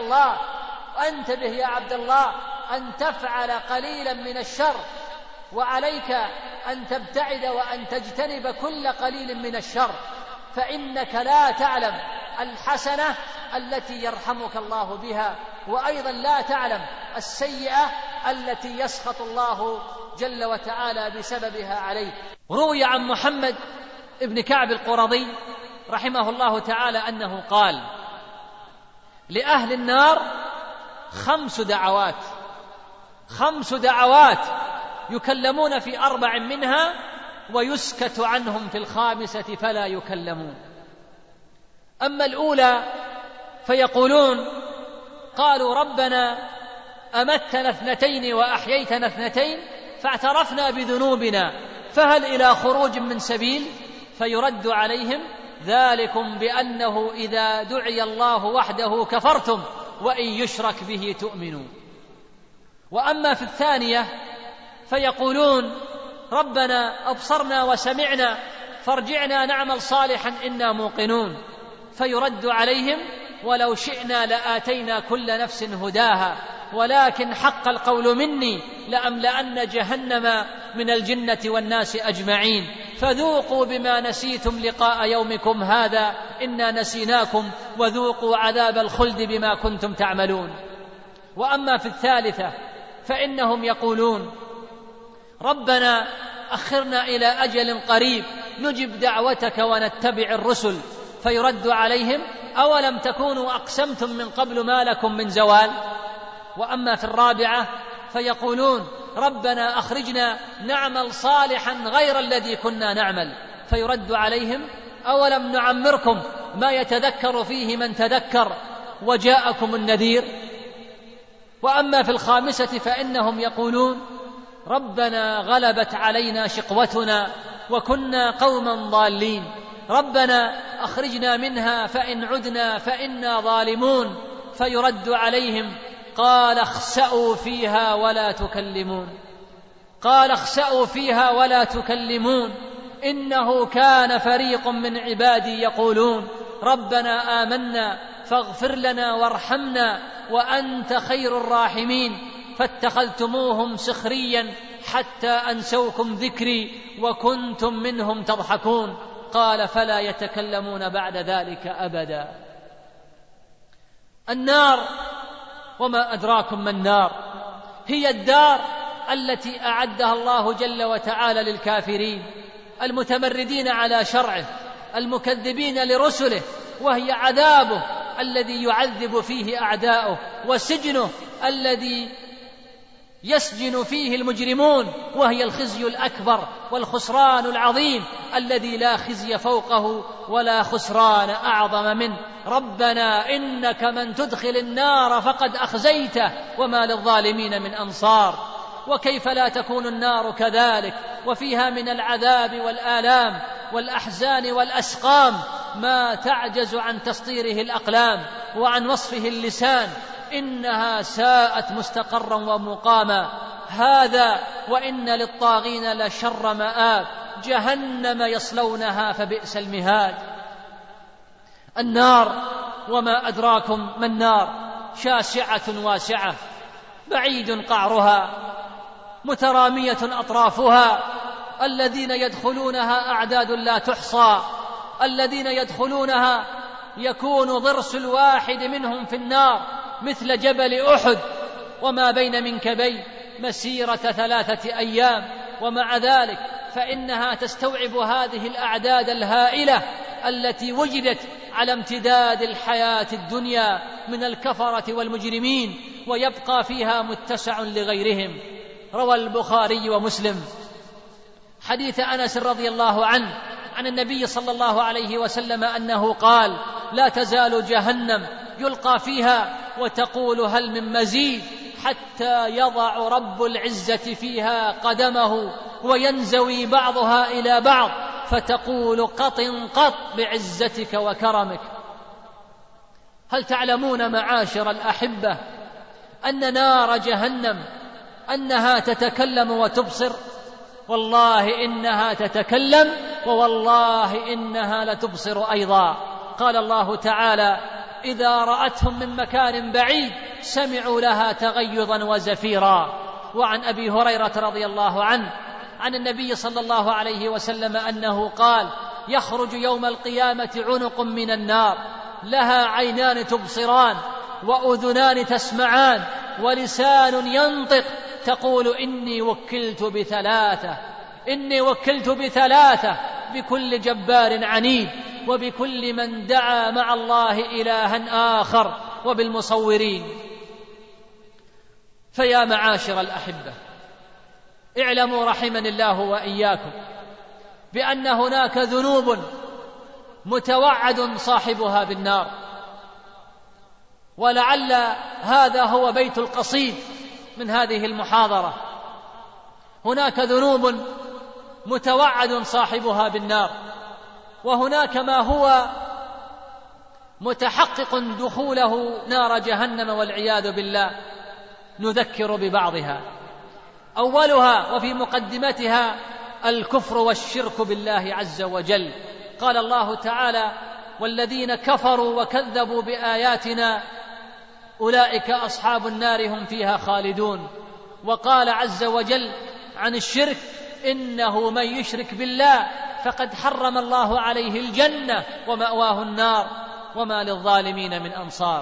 S3: عبد الله أن تفعل قليلا من الشر، وعليك أن تبتعد وأن تجتنب كل قليل من الشر، فإنك لا تعلم الحسنة التي يرحمك الله بها، وأيضا لا تعلم السيئة التي يسخط الله جل وتعالى بسببها عليك. روي عن محمد ابن كعب القرظي رحمه الله تعالى أنه قال: لأهل النار 5 دعوات يكلمون في 4 منها ويسكت عنهم في 5 فلا يكلمون. أما الأولى فيقولون: قالوا ربنا أمتنا 2 وأحييتنا 2 فاعترفنا بذنوبنا فهل إلى خروج من سبيل؟ فيرد عليهم: ذلكم بأنه إذا دعي الله وحده كفرتم وإن يشرك به تؤمنون. وأما في الثانية فيقولون: ربنا أبصرنا وسمعنا فارجعنا نعمل صالحا إنا موقنون. فيرد عليهم: ولو شئنا لآتينا كل نفس هداها ولكن حق القول مني لأملأن جهنم من الجنة والناس أجمعين، فذوقوا بما نسيتم لقاء يومكم هذا إنا نسيناكم وذوقوا عذاب الخلد بما كنتم تعملون. وأما في الثالثة فإنهم يقولون ربنا أخرنا إلى أجل قريب نجب دعوتك ونتبع الرسل، فيرد عليهم أولم تكونوا أقسمتم من قبل ما لكم من زوال. وأما في الرابعة فيقولون ربنا أخرجنا نعمل صالحا غير الذي كنا نعمل، فيرد عليهم أولم نعمركم ما يتذكر فيه من تذكر وجاءكم النذير. وأما في الخامسة فإنهم يقولون ربنا غلبت علينا شقوتنا وكنا قوما ضالين، ربنا أخرجنا منها فإن عدنا فإنا ظالمون، فيرد عليهم قال اخسأوا فيها ولا تكلمون، قال اخسأوا فيها ولا تكلمون إنه كان فريق من عبادي يقولون ربنا آمنا فاغفر لنا وارحمنا وأنت خير الراحمين، فاتخذتموهم سخريا حتى أنسوكم ذكري وكنتم منهم تضحكون. قال فلا يتكلمون بعد ذلك أبدا. النار وما أدراكم ما النار، هي الدار التي أعدها الله جل وتعالى للكافرين المتمردين على شرعه المكذبين لرسله، وهي عذابه الذي يعذب فيه أعداؤه، وسجنه الذي يسجن فيه المجرمون، وهي الخزي الأكبر والخسران العظيم الذي لا خزي فوقه ولا خسران أعظم منه. ربنا إنك من تدخل النار فقد أخزيته وما للظالمين من أنصار. وكيف لا تكون النار كذلك وفيها من العذاب والآلام والأحزان والأسقام ما تعجز عن تسطيره الأقلام وعن وصفه اللسان، إنها ساءت مستقرا ومقاما. هذا وإن للطاغين لشر مآب، جهنم يصلونها فبئس المهاد. النار وما أدراكم ما النار، شاسعة واسعة بعيد قعرها مترامية أطرافها، الذين يدخلونها أعداد لا تحصى، الذين يدخلونها يكون ضرس الواحد منهم في النار مثل جبل أحد وما بين منكبيه مسيرة 3 أيام. ومع ذلك فإنها تستوعب هذه الأعداد الهائلة التي وجدت على امتداد الحياة الدنيا من الكفرة والمجرمين، ويبقى فيها متسع لغيرهم. روى البخاري ومسلم حديث أنس رضي الله عنه عن النبي صلى الله عليه وسلم أنه قال لا تزال جهنم يلقى فيها وتقول هل من مزيد، حتى يضع رب العزة فيها قدمه وينزوي بعضها إلى بعض فتقول قط قط بعزتك وكرمك. هل تعلمون معاشر الأحبة أن نار جهنم أنها تتكلم وتبصر؟ والله إنها تتكلم ووالله إنها لتبصر أيضا. قال الله تعالى إذا رأتهم من مكان بعيد سمعوا لها تغيظا وزفيرا. وعن أبي هريرة رضي الله عنه عن النبي صلى الله عليه وسلم أنه قال يخرج يوم القيامة عنق من النار لها عينان تبصران وأذنان تسمعان ولسان ينطق تقول إني وكلت ب3 بكل جبار عنيد وبكل من دعا مع الله إلها آخر وبالمصورين. فيا معاشر الأحبة اعلموا رحمني الله وإياكم بأن هناك ذنوب متوعد صاحبها بالنار، ولعل هذا هو بيت القصيد من هذه المحاضرة. هناك ذنوب متوعد صاحبها بالنار، وهناك ما هو متحقق دخوله نار جهنم والعياذ بالله. نذكر ببعضها. أولها وفي مقدمتها الكفر والشرك بالله عز وجل. قال الله تعالى والذين كفروا وكذبوا بآياتنا أولئك أصحاب النار هم فيها خالدون. وقال عز وجل عن الشرك: إنه من يشرك بالله فقد حرم الله عليه الجنة ومأواه النار وما للظالمين من أنصار.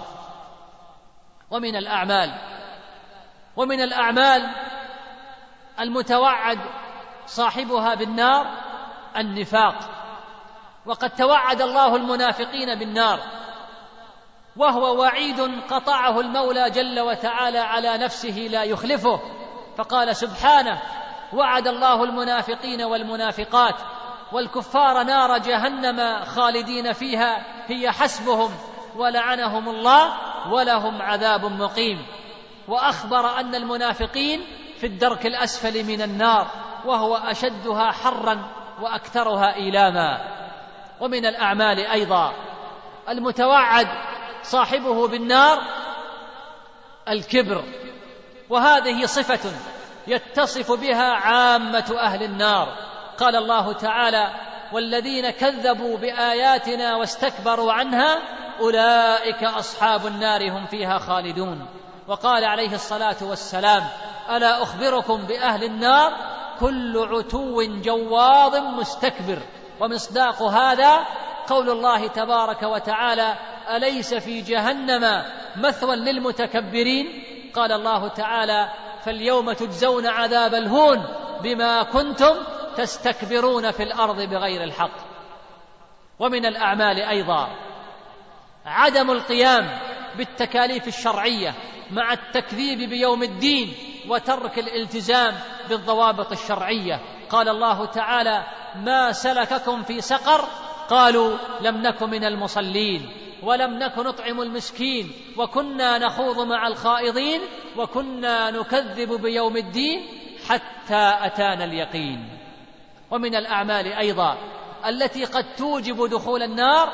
S3: ومن الأعمال المتوعد صاحبها بالنار النفاق، وقد توعد الله المنافقين بالنار، وهو وعيد قطعه المولى جل وتعالى على نفسه لا يخلفه، فقال سبحانه: وعد الله المنافقين والمنافقات والكفار نار جهنم خالدين فيها هي حسبهم ولعنهم الله ولهم عذاب مقيم. وأخبر أن المنافقين في الدرك الأسفل من النار، وهو أشدها حرا وأكثرها إيلاما. ومن الأعمال أيضا المتوعد صاحبه بالنار الكبر، وهذه صفة يتصف بها عامة أهل النار. قال الله تعالى: والذين كذبوا بآياتنا واستكبروا عنها أولئك أصحاب النار هم فيها خالدون. وقال عليه الصلاة والسلام: ألا أخبركم بأهل النار؟ كل عتو جواظ مستكبر. ومصداق هذا قول الله تبارك وتعالى: أليس في جهنم مثوى للمتكبرين؟ قال الله تعالى: فاليوم تجزون عذاب الهون بما كنتم تستكبرون في الأرض بغير الحق. ومن الأعمال أيضا عدم القيام بالتكاليف الشرعية مع التكذيب بيوم الدين وترك الالتزام بالضوابط الشرعية. قال الله تعالى: ما سلككم في سقر؟ قالوا لم نك من المصلين ولم نك نطعم المسكين وكنا نخوض مع الخائضين وكنا نكذب بيوم الدين حتى أتانا اليقين. ومن الأعمال أيضا التي قد توجب دخول النار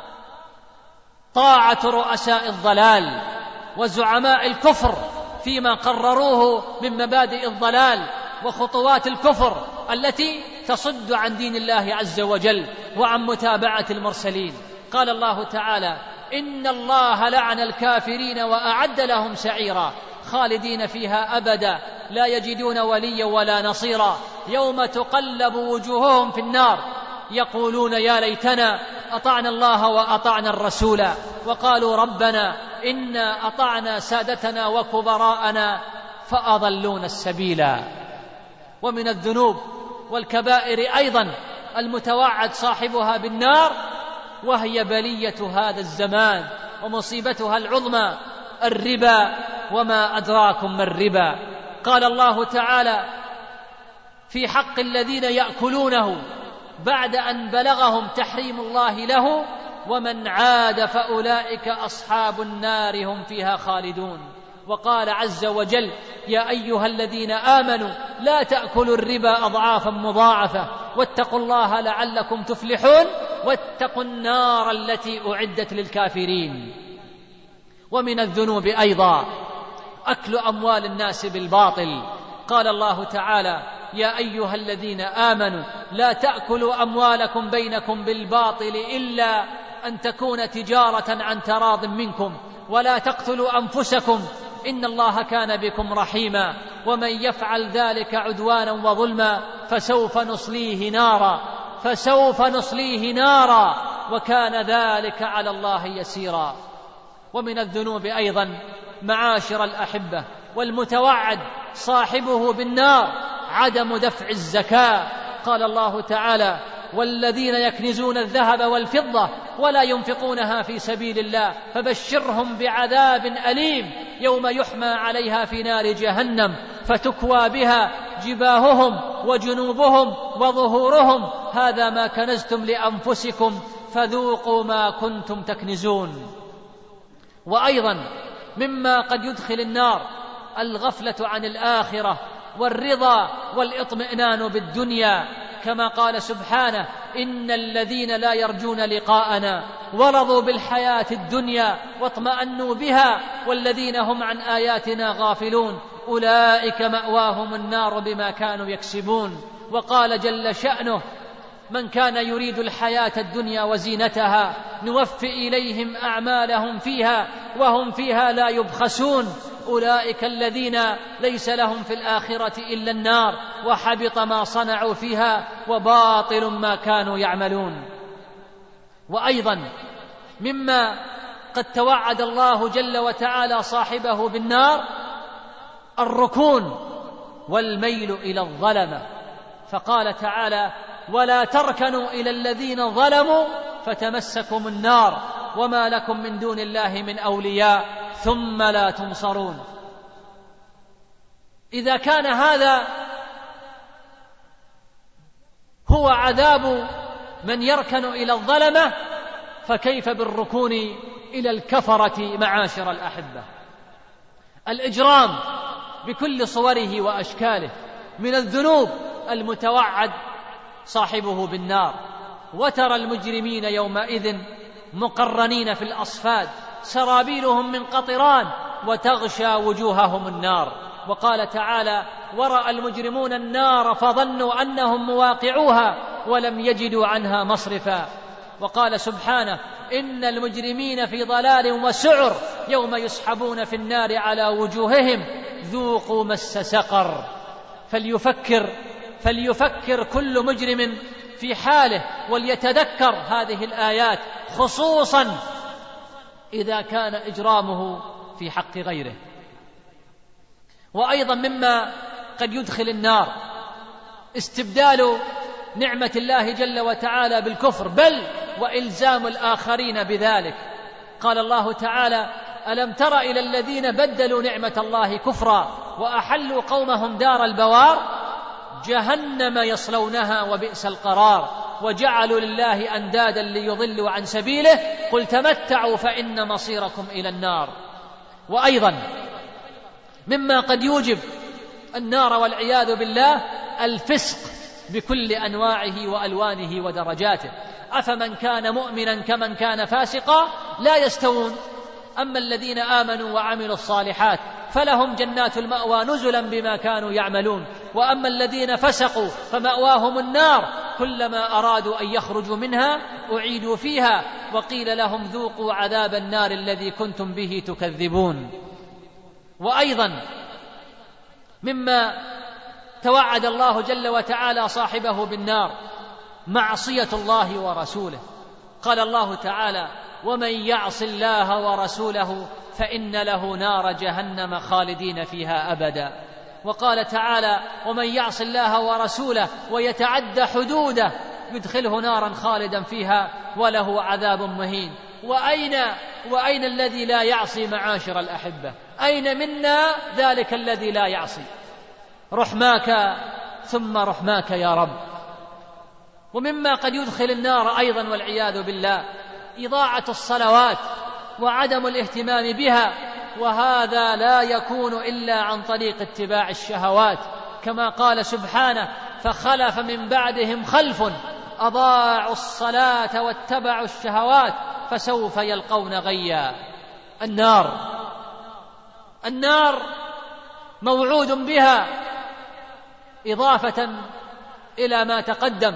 S3: طاعة رؤساء الضلال وزعماء الكفر فيما قرروه من مبادئ الضلال وخطوات الكفر التي تصد عن دين الله عز وجل وعن متابعة المرسلين. قال الله تعالى: إن الله لعن الكافرين وأعد لهم سعيرا خالدين فيها أبدا لا يجدون وليا ولا نصيرا يوم تقلب وجوههم في النار يقولون يا ليتنا أطعنا الله وأطعنا الرسول وقالوا ربنا إنا أطعنا سادتنا وكبراءنا فأضلونا السبيلا. ومن الذنوب والكبائر أيضا المتوعد صاحبها بالنار، وهي بلية هذا الزمان ومصيبتها العظمى الربا، وما أدراكم ما الربا. قال الله تعالى في حق الذين يأكلونه بعد أن بلغهم تحريم الله له: ومن عاد فأولئك أصحاب النار هم فيها خالدون. وقال عز وجل: يا أيها الذين آمنوا لا تأكلوا الربا أضعافا مضاعفة واتقوا الله لعلكم تفلحون واتقوا النار التي أعدت للكافرين. ومن الذنوب أيضا أكل أموال الناس بالباطل. قال الله تعالى: يا أيها الذين آمنوا لا تأكلوا أموالكم بينكم بالباطل إلا أن تكون تجارة عن تراض منكم ولا تقتلوا أنفسكم إن الله كان بكم رحيما ومن يفعل ذلك عدوانا وظلما فسوف نصليه نارا وكان ذلك على الله يسيرا. ومن الذنوب أيضا معاشر الأحبة والمتوعد صاحبه بالنار عدم دفع الزكاة. قال الله تعالى: والذين يكنزون الذهب والفضة ولا ينفقونها في سبيل الله فبشرهم بعذاب أليم يوم يحمى عليها في نار جهنم فتكوى بها جباههم وجنوبهم وظهورهم هذا ما كنزتم لأنفسكم فذوقوا ما كنتم تكنزون. وأيضا مما قد يدخل النار الغفلة عن الآخرة والرضا والاطمئنان بالدنيا، كما قال سبحانه: إن الذين لا يرجون لقاءنا ورضوا بالحياة الدنيا واطمأنوا بها والذين هم عن آياتنا غافلون أولئك مأواهم النار بما كانوا يكسبون. وقال جل شأنه: من كان يريد الحياة الدنيا وزينتها نوفي إليهم أعمالهم فيها وهم فيها لا يبخسون أولئك الذين ليس لهم في الآخرة إلا النار وحبط ما صنعوا فيها وباطل ما كانوا يعملون. وأيضا مما قد توعد الله جل وتعالى صاحبه بالنار الركون والميل إلى الظلمة، فقال تعالى: ولا تركنوا إلى الذين ظلموا فتمسكم النار وما لكم من دون الله من أولياء ثم لا تنصرون. إذا كان هذا هو عذاب من يركن إلى الظلمة فكيف بالركون إلى الكفرة معاشر الأحبة؟ الإجرام بكل صوره وأشكاله من الذنوب المتوعد صاحبه بالنار، وترى المجرمين يومئذ مقرنين في الأصفاد سرابيلهم من قطران وتغشى وجوههم النار. وقال تعالى: ورأى المجرمون النار فظنوا أنهم مواقعوها ولم يجدوا عنها مصرفا. وقال سبحانه: إن المجرمين في ضلال وسعر يوم يسحبون في النار على وجوههم ذوقوا مس سقر. فليفكر كل مجرم في حاله وليتذكر هذه الآيات، خصوصا إذا كان إجرامه في حق غيره. وأيضا مما قد يدخل النار استبدال نعمة الله جل وتعالى بالكفر، بل وإلزام الآخرين بذلك. قال الله تعالى: ألم تر إلى الذين بدلوا نعمة الله كفرا وأحلوا قومهم دار البوار جهنم يصلونها وبئس القرار وجعلوا لله أندادا ليضلوا عن سبيله قل تمتعوا فإن مصيركم إلى النار. وأيضا مما قد يوجب النار والعياذ بالله الفسق بكل أنواعه وألوانه ودرجاته. أفمن كان مؤمنا كمن كان فاسقا لا يستوون، أما الذين آمنوا وعملوا الصالحات فلهم جنات المأوى نزلا بما كانوا يعملون، وأما الذين فسقوا فمأواهم النار كلما أرادوا أن يخرجوا منها أعيدوا فيها وقيل لهم ذوقوا عذاب النار الذي كنتم به تكذبون. وأيضا مما توعد الله جل وتعالى صاحبه بالنار معصية الله ورسوله. قال الله تعالى: ومن يعص الله ورسوله فإن له نار جهنم خالدين فيها أبدا. وقال تعالى: ومن يعص الله ورسوله ويتعدى حدوده يدخله نارا خالدا فيها وله عذاب مهين. وأين الذي لا يعصي معاشر الأحبة؟ أين منا ذلك الذي لا يعصي؟ رحماك ثم رحماك يا رب. ومما قد يدخل النار أيضا والعياذ بالله إضاعة الصلوات وعدم الاهتمام بها، وهذا لا يكون إلا عن طريق اتباع الشهوات، كما قال سبحانه: فخلف من بعدهم خلف أضاعوا الصلاة واتبعوا الشهوات فسوف يلقون غيا. النار موعود بها إضافة إلى ما تقدم.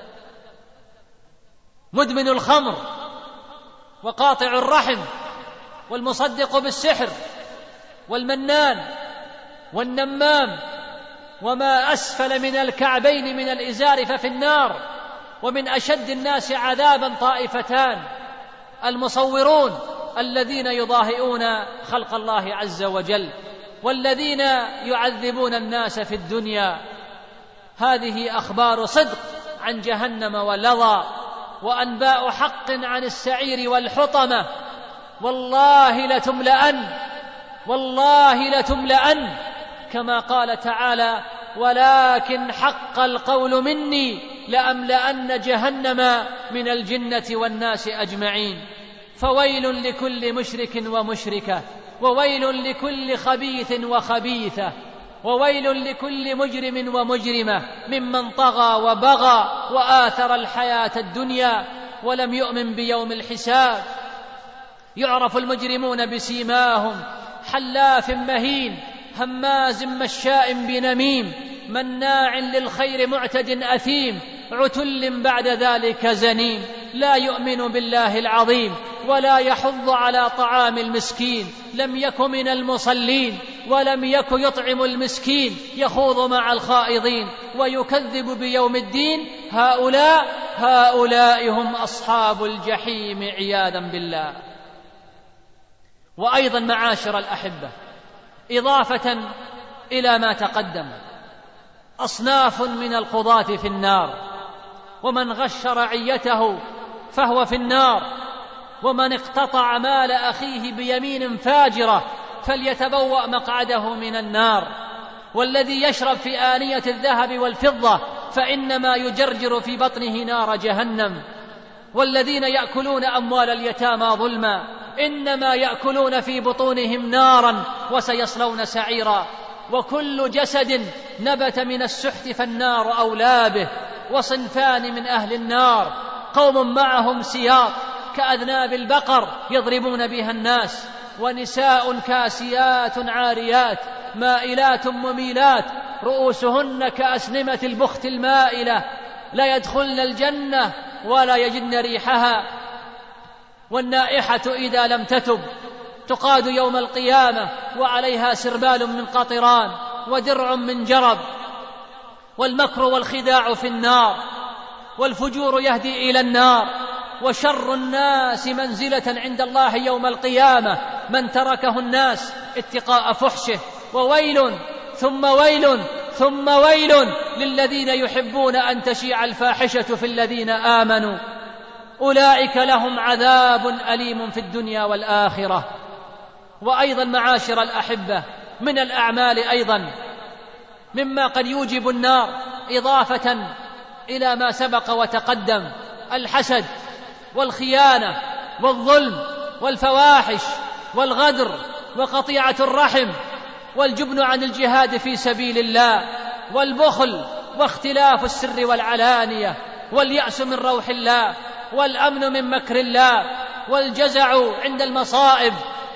S3: مدمن الخمر وقاطع الرحم والمصدق بالسحر والمنان والنمام وما أسفل من الكعبين من الإزار ففي النار. ومن أشد الناس عذابا طائفتان: المصورون الذين يضاهئون خلق الله عز وجل، والذين يعذبون الناس في الدنيا. هذه أخبار صدق عن جهنم واللظى، وأنباء حق عن السعير والحطمة. والله لتملأن كما قال تعالى: ولكن حق القول مني لأملأن جهنم من الجنة والناس أجمعين. فويل لكل مشرك ومشركة، وويل لكل خبيث وخبيثة، وويل لكل مجرم ومجرمة ممن طغى وبغى وآثر الحياة الدنيا ولم يؤمن بيوم الحساب. يعرف المجرمون بسيماهم: حلاف مهين، هماز مشاء بنميم، مناع للخير معتد أثيم، عتل بعد ذلك زنيم. لا يؤمن بالله العظيم ولا يحض على طعام المسكين، لم يك من المصلين، ولم يك يطعم المسكين، يخوض مع الخائضين ويكذب بيوم الدين، هؤلاء هم أصحاب الجحيم عياذا بالله. وأيضا معاشر الأحبة، إضافة إلى ما تقدم، أصناف من القضاة في النار، ومن غش رعيته فهو في النار، ومن اقتطع مال أخيه بيمين فاجرة فليتبوأ مقعده من النار، والذي يشرب في آنية الذهب والفضة فإنما يجرجر في بطنه نار جهنم، والذين يأكلون أموال اليتامى ظلما إنما يأكلون في بطونهم نارا وسيصلون سعيرا، وكل جسد نبت من السحت فالنار أولى به. وصنفان من أهل النار، قوم معهم سياط كأذناب البقر يضربون بها الناس، ونساء كاسيات عاريات مائلات مميلات رؤوسهن كأسنمة البخت المائلة، لا يدخلن الجنة ولا يجدن ريحها. والنائحة إذا لم تتب تقاد يوم القيامة وعليها سربال من قطران ودرع من جرب. والمكر والخداع في النار، والفجور يهدي إلى النار. وشر الناس منزلة عند الله يوم القيامة من تركه الناس اتقاء فحشه. وويل ثم ويل ثم ويل للذين يحبون أن تشيع الفاحشة في الذين آمنوا، أولئك لهم عذاب أليم في الدنيا والآخرة. وأيضا معاشر الأحبة، من الأعمال أيضا مما قد يوجب النار إضافة إلى ما سبق وتقدم، الحسد والخيانة والظلم والفواحش والغدر وقطيعة الرحم والجبن عن الجهاد في سبيل الله والبخل واختلاف السر والعلانية واليأس من روح الله والأمن من مكر الله والجزع عند المصائب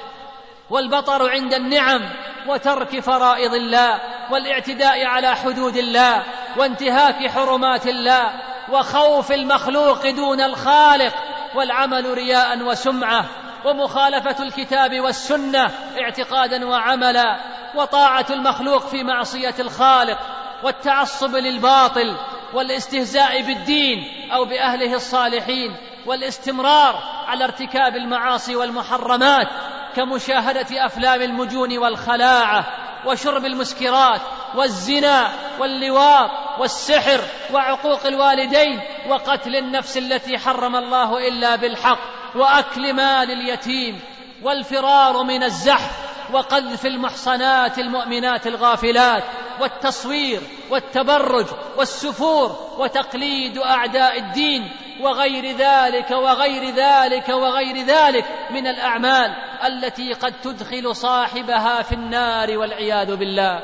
S3: والبطر عند النعم وترك فرائض الله والاعتداء على حدود الله وانتهاك حرمات الله وخوف المخلوق دون الخالق والعمل رياء وسمعة ومخالفة الكتاب والسنة اعتقادا وعملا وطاعة المخلوق في معصية الخالق والتعصب للباطل والاستهزاء بالدين أو بأهله الصالحين والاستمرار على ارتكاب المعاصي والمحرمات كمشاهدة أفلام المجون والخلاعة وشرب المسكرات والزنا واللواط والسحر وعقوق الوالدين وقتل النفس التي حرم الله إلا بالحق وأكل مال اليتيم والفرار من الزحف وقذف المحصنات المؤمنات الغافلات والتصوير والتبرج والسفور وتقليد أعداء الدين وغير ذلك وغير ذلك وغير ذلك من الأعمال التي قد تدخل صاحبها في النار والعياذ بالله.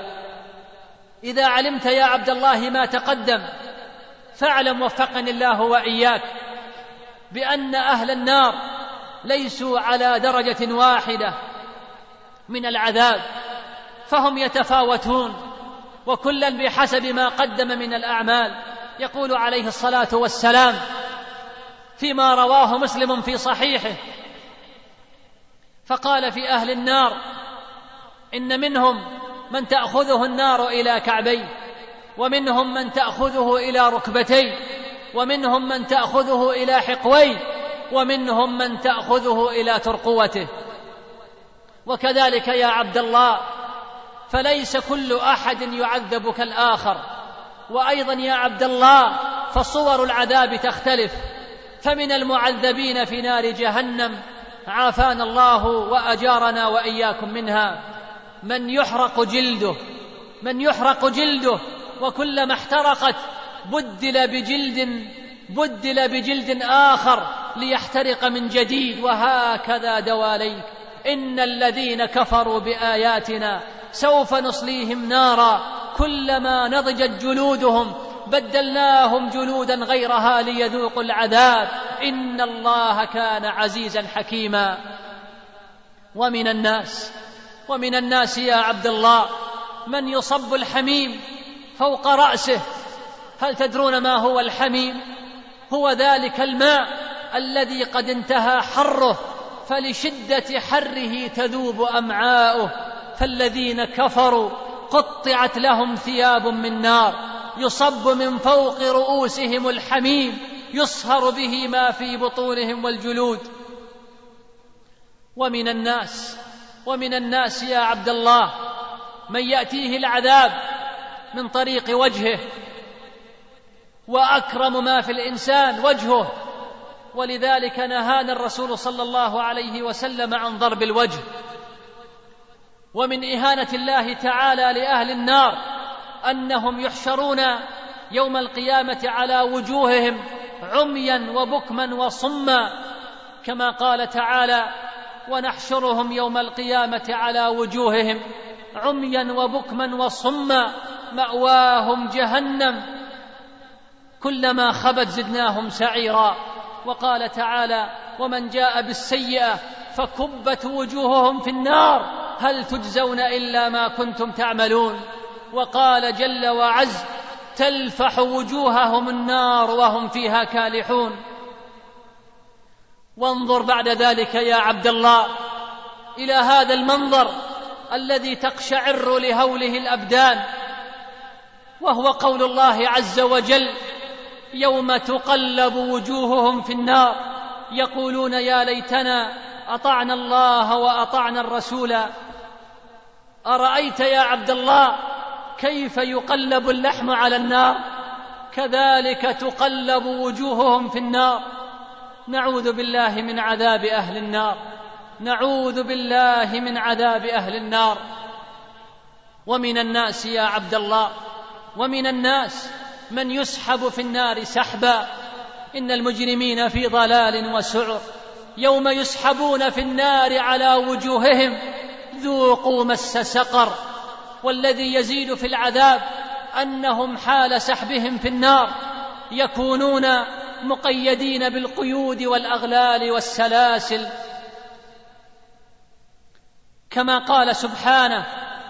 S3: إذا علمت يا عبد الله ما تقدم فاعلم وفقني الله وإياك بأن أهل النار ليسوا على درجة واحدة من العذاب، فهم يتفاوتون وكلا بحسب ما قدم من الأعمال. يقول عليه الصلاة والسلام فيما رواه مسلم في صحيحه، فقال في أهل النار إن منهم من تأخذه النار إلى كعبيه، ومنهم من تأخذه إلى ركبتيه، ومنهم من تأخذه إلى حقويه، ومنهم من تأخذه إلى ترقوته. وكذلك يا عبد الله فليس كل أحد يعذب كالآخر. وأيضا يا عبد الله فصور العذاب تختلف، فمن المعذبين في نار جهنم عافانا الله وأجارنا وإياكم منها من يحرق جلده وكلما احترقت بدل بجلد آخر ليحترق من جديد، وهكذا دواليك. إن الذين كفروا بآياتنا سوف نصليهم نارا كلما نضجت جلودهم بدلناهم جلودا غيرها ليذوقوا العذاب إن الله كان عزيزا حكيما. ومن الناس يا عبد الله من يصب الحميم فوق رأسه. هل تدرون ما هو الحميم؟ هو ذلك الماء الذي قد انتهى حره، فلشدة حره تذوب أمعاؤه. فالذين كفروا قطعت لهم ثياب من نار يصب من فوق رؤوسهم الحميم يصهر به ما في بطونهم والجلود. ومن الناس يا عبد الله من يأتيه العذاب من طريق وجهه، وأكرم ما في الإنسان وجهه، ولذلك نهانا الرسول صلى الله عليه وسلم عن ضرب الوجه. ومن إهانة الله تعالى لأهل النار أنهم يحشرون يوم القيامة على وجوههم عميا وبكما وصما، كما قال تعالى: ونحشرهم يوم القيامة على وجوههم عميا وبكما وصما مأواهم جهنم كلما خبت زدناهم سعيرا. وقال تعالى: ومن جاء بالسيئة فكبت وجوههم في النار هل تجزون إلا ما كنتم تعملون. وقال جل وعز: تلفح وجوههم النار وهم فيها كالحون. وانظر بعد ذلك يا عبد الله إلى هذا المنظر الذي تقشعر لهوله الأبدان، وهو قول الله عز وجل: يوم تقلب وجوههم في النار يقولون يا ليتنا أطعنا الله وأطعنا الرسول. أرأيت يا عبد الله كيف يقلب اللحم على النار؟ كذلك تقلب وجوههم في النار. نعوذ بالله من عذاب أهل النار، نعوذ بالله من عذاب أهل النار. ومن الناس يا عبد الله، ومن الناس من يسحب في النار سحبا. إن المجرمين في ضلال وسعر يوم يسحبون في النار على وجوههم ذوقوا مس سقر. والذي يزيد في العذاب أنهم حال سحبهم في النار يكونون مقيدين بالقيود والأغلال والسلاسل، كما قال سبحانه: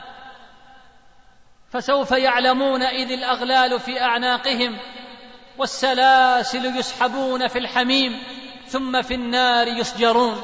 S3: فسوف يعلمون إذ الأغلال في أعناقهم والسلاسل يسحبون في الحميم ثم في النار يسجرون.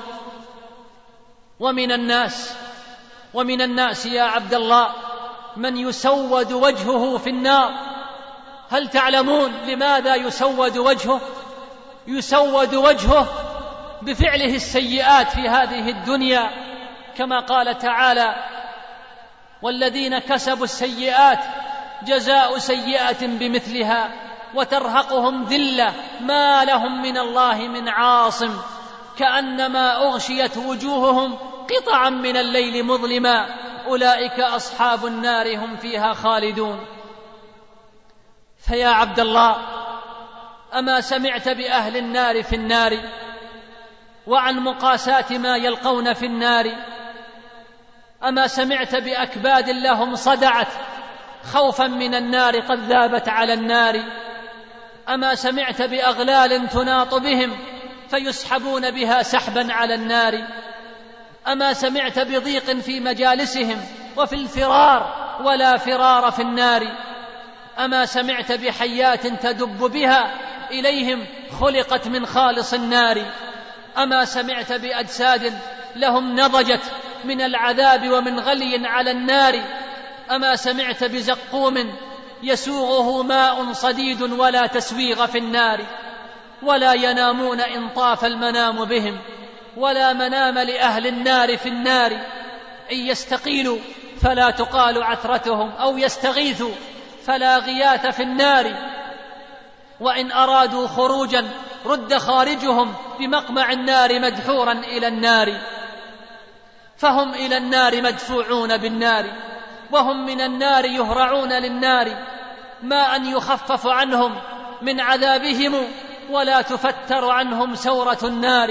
S3: ومن الناس يا عبد الله من يسود وجهه في النار. هل تعلمون لماذا يسود وجهه؟ يسود وجهه بفعله السيئات في هذه الدنيا، كما قال تعالى: والذين كسبوا السيئات جزاء سيئة بمثلها وترهقهم ذلة ما لهم من الله من عاصم كأنما أغشيت وجوههم قطعا من الليل مظلما أولئك أصحاب النار هم فيها خالدون. فيا عبد الله، أما سمعت بأهل النار في النار وعن مقاساة ما يلقون في النار؟ أما سمعت بأكباد لهم صدعت خوفا من النار قد ذابت على النار؟ أما سمعت بأغلال تناط بهم فيسحبون بها سحبا على النار؟ أما سمعت بضيق في مجالسهم وفي الفرار ولا فرار في النار؟ أما سمعت بحيات تدب بها إليهم خلقت من خالص النار؟ أما سمعت بأجساد لهم نضجت من العذاب ومن غلي على النار؟ أما سمعت بزقوم يسوغه ماء صديد ولا تسويغ في النار؟ ولا ينامون إن طاف المنام بهم ولا منام لأهل النار في النار. إن يستقيلوا فلا تقال عثرتهم أو يستغيثوا فلا غياث في النار. وإن أرادوا خروجا رد خارجهم بمقمع النار مدحورا إلى النار. فهم إلى النار مدفوعون بالنار وهم من النار يهرعون للنار، ما أن يخفف عنهم من عذابهم ولا تفتر عنهم سورة النار.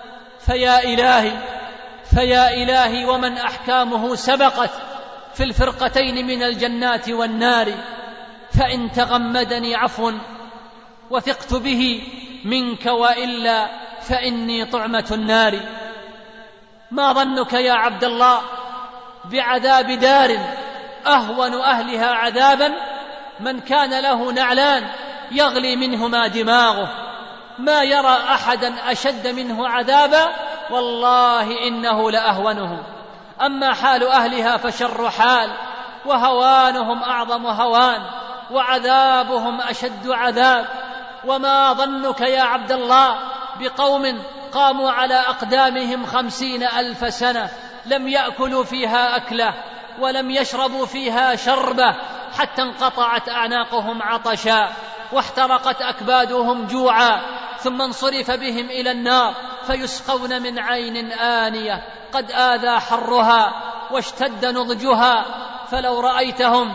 S3: فيا إلهي ومن أحكامه سبقت في الفرقتين من الجنات والنار، فإن تغمدني عفو وثقت به منك وإلا فإني طعمة النار. ما ظنك يا عبد الله بعذاب دار أهون أهلها عذابا من كان له نعلان يغلي منهما دماغه، ما يرى أحدا أشد منه عذابا، والله إنه لأهونهم. أما حال أهلها فشر حال، وهوانهم أعظم هوان، وعذابهم أشد عذاب. وما ظنك يا عبد الله بقوم قاموا على أقدامهم 50,000 سنة لم يأكلوا فيها أكلة ولم يشربوا فيها شربة، حتى انقطعت أعناقهم عطشا واحترقت أكبادهم جوعا، ثم انصرف بهم إلى النار فيسقون من عين آنية قد آذى حرها واشتد نضجها. فلو رأيتهم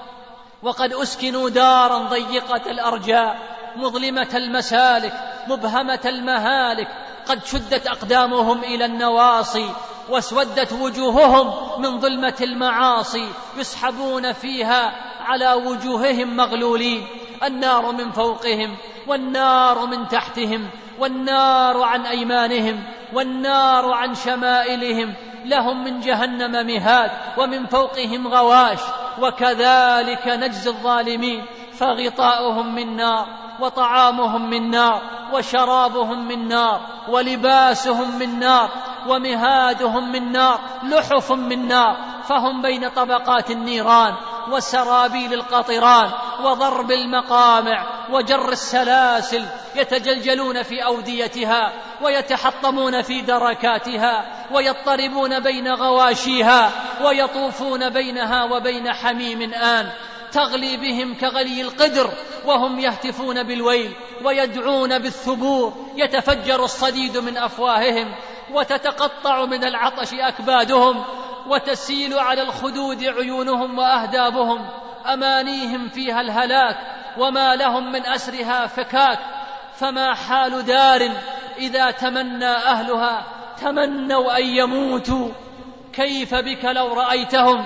S3: وقد أسكنوا دارا ضيقة الأرجاء مظلمة المسالك مبهمة المهالك، قد شدت أقدامهم إلى النواصي واسودت وجوههم من ظلمة المعاصي، يسحبون فيها على وجوههم مغلولين، النار من فوقهم والنار من تحتهم والنار عن أيمانهم والنار عن شمائلهم، لهم من جهنم مهاد ومن فوقهم غواش، وكذلك نجزي الظالمين. فغطاؤهم من نار وطعامهم من نار وشرابهم من نار ولباسهم من نار ومهادهم من نار، لحف من نار، فهم بين طبقات النيران وسرابيل القطران وضرب المقامع وجر السلاسل، يتجلجلون في أوديتها ويتحطمون في دركاتها ويضطربون بين غواشيها ويطوفون بينها وبين حميم آن تغلي بهم كغلي القدر، وهم يهتفون بالويل ويدعون بالثبور، يتفجر الصديد من أفواههم وتتقطع من العطش أكبادهم وتسيل على الخدود عيونهم وأهدابهم، أمانيهم فيها الهلاك وما لهم من أسرها فكاك. فما حال دار إذا تمنى أهلها تمنوا أن يموتوا، كيف بك لو رأيتهم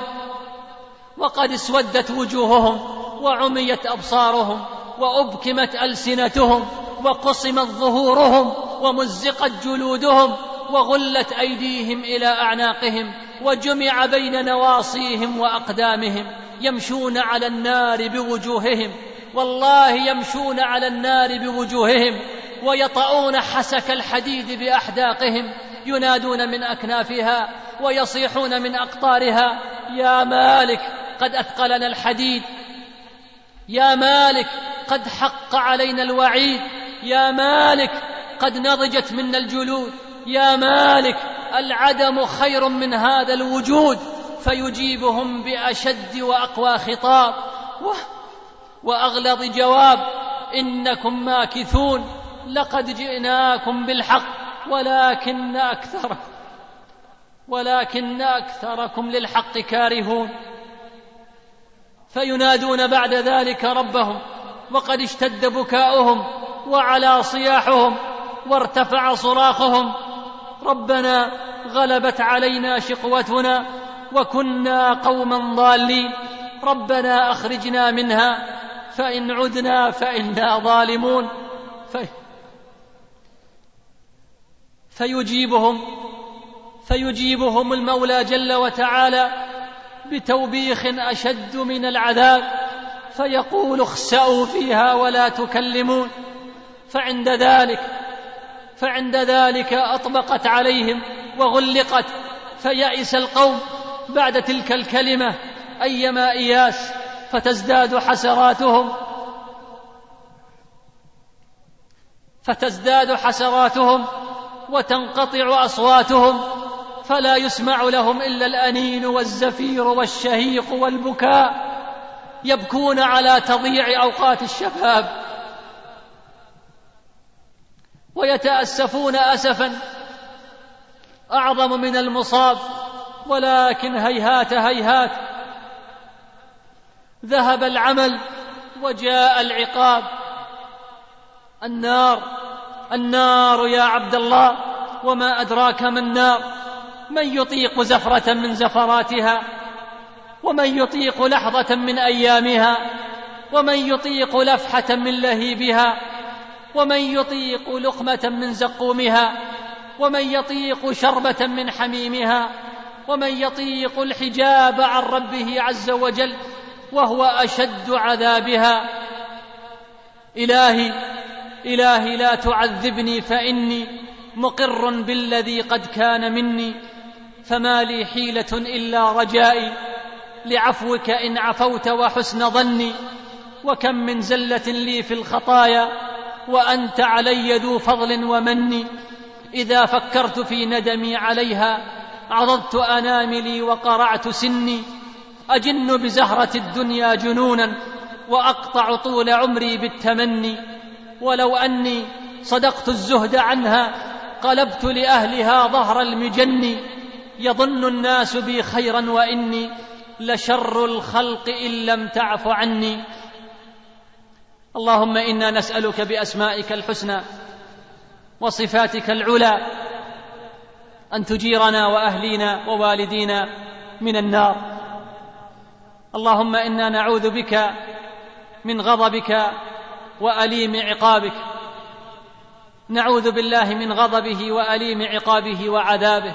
S3: وقد اسودت وجوههم وعميت أبصارهم وأبكمت ألسنتهم وقصمت ظهورهم ومزقت جلودهم وغلت أيديهم إلى أعناقهم وجمع بين نواصيهم وأقدامهم، يمشون على النار بوجوههم، والله يمشون على النار بوجوههم، ويطؤون حسك الحديد بأحداقهم، ينادون من أكنافها ويصيحون من أقطارها: يا مالك قد أثقلنا الحديد، يا مالك قد حق علينا الوعيد، يا مالك قد نضجت منا الجلود، يا مالك العدم خير من هذا الوجود. فيجيبهم بأشد وأقوى خطاب وأغلظ جواب: إنكم ماكثون، لقد جئناكم بالحق ولكن أكثركم للحق كارهون. فينادون بعد ذلك ربهم وقد اشتد بكاؤهم وعلى صياحهم وارتفع صراخهم: ربنا غلبت علينا شقوتنا وكنا قوما ضالين، ربنا أخرجنا منها فإن عدنا فإنا ظالمون. فيجيبهم المولى جل وتعالى بتوبيخ أشد من العذاب، فيقول: اخسأوا فيها ولا تكلمون. فعند ذلك أطبقت عليهم وغلقت، فيأس القوم بعد تلك الكلمة أيما إياس، فتزداد حسراتهم وتنقطع أصواتهم، فلا يسمع لهم إلا الأنين والزفير والشهيق والبكاء، يبكون على تضييع أوقات الشباب ويتأسفون أسفا أعظم من المصاب. ولكن هيهات هيهات، ذهب العمل وجاء العقاب. النار يا عبد الله، وما أدراك ما النار، من يطيق زفرة من زفراتها، ومن يطيق لحظة من أيامها، ومن يطيق لفحة من لهيبها، ومن يطيق لقمة من زقومها، ومن يطيق شربة من حميمها، ومن يطيق الحجاب عن ربه عز وجل وهو أشد عذابها. إلهي لا تعذبني فإني مقر بالذي قد كان مني، فما لي حيلة إلا رجائي لعفوك إن عفوت وحسن ظني، وكم من زلة لي في الخطايا وأنت علي ذو فضل ومن، إذا فكرت في ندمي عليها عضضت أناملي وقرعت سني، أجن بزهرة الدنيا جنونا وأقطع طول عمري بالتمني، ولو أني صدقت الزهد عنها قلبت لأهلها ظهر المجن، يظن الناس بي خيرا وإني لشر الخلق إن لم تعف عني. اللهم إنا نسألك بأسمائك الحسنى وصفاتك العلى أن تجيرنا وأهلينا ووالدينا من النار. اللهم إنا نعوذ بك من غضبك وأليم عقابك، نعوذ بالله من غضبه وأليم عقابه وعذابه،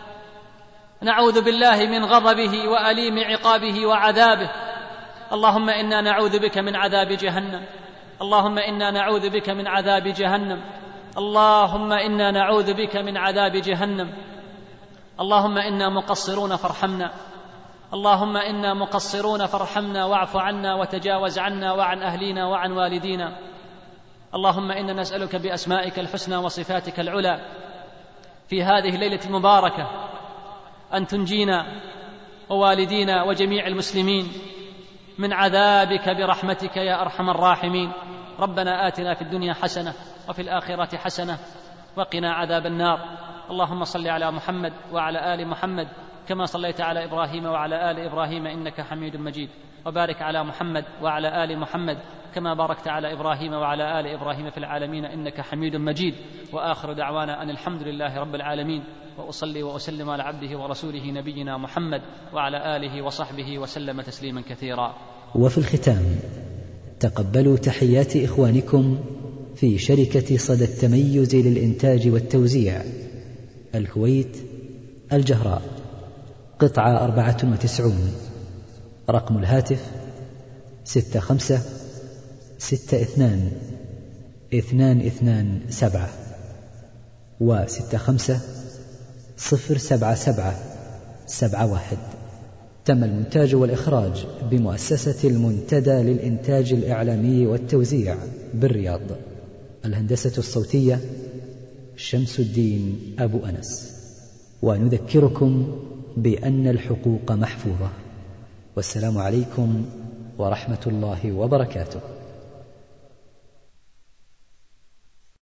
S3: نعوذ بالله من غضبه وأليم عقابه وعذابه. اللهم إنا نعوذ بك من عذاب جهنم، اللهم إنا نعوذ بك من عذاب جهنم، اللهم إنا نعوذ بك من عذاب جهنم. اللهم إنا مقصرون فارحمنا، اللهم إنا مقصرون فارحمنا واعف عنا وتجاوز عنا وعن أهلينا وعن والدينا. اللهم إنا نسألك بأسمائك الحسنى وصفاتك العلى في هذه الليلة المباركة أن تنجينا ووالدينا وجميع المسلمين من عذابك برحمتك يا أرحم الراحمين. ربنا آتنا في الدنيا حسنة وفي الآخرة حسنة وقنا عذاب النار. اللهم صل على محمد وعلى آل محمد كما صليت على إبراهيم وعلى آل إبراهيم إنك حميد مجيد، وبارك على محمد وعلى آل محمد كما باركت على إبراهيم وعلى آل إبراهيم في العالمين إنك حميد مجيد. وآخر دعوانا أن الحمد لله رب العالمين، وأصلي وأسلم على عبده ورسوله نبينا محمد وعلى آله وصحبه وسلم تسليما كثيرا.
S1: وفي الختام تقبلوا تحيات إخوانكم في شركة صدى التميز للإنتاج والتوزيع، الكويت، الجهراء، قطعة 94، رقم الهاتف 65622227 و65077771. تم المونتاج والإخراج بمؤسسة المنتدى للإنتاج الإعلامي والتوزيع بالرياض. الهندسة الصوتية شمس الدين أبو أنس. ونذكركم بأن الحقوق محفوظة. والسلام عليكم ورحمة الله وبركاته.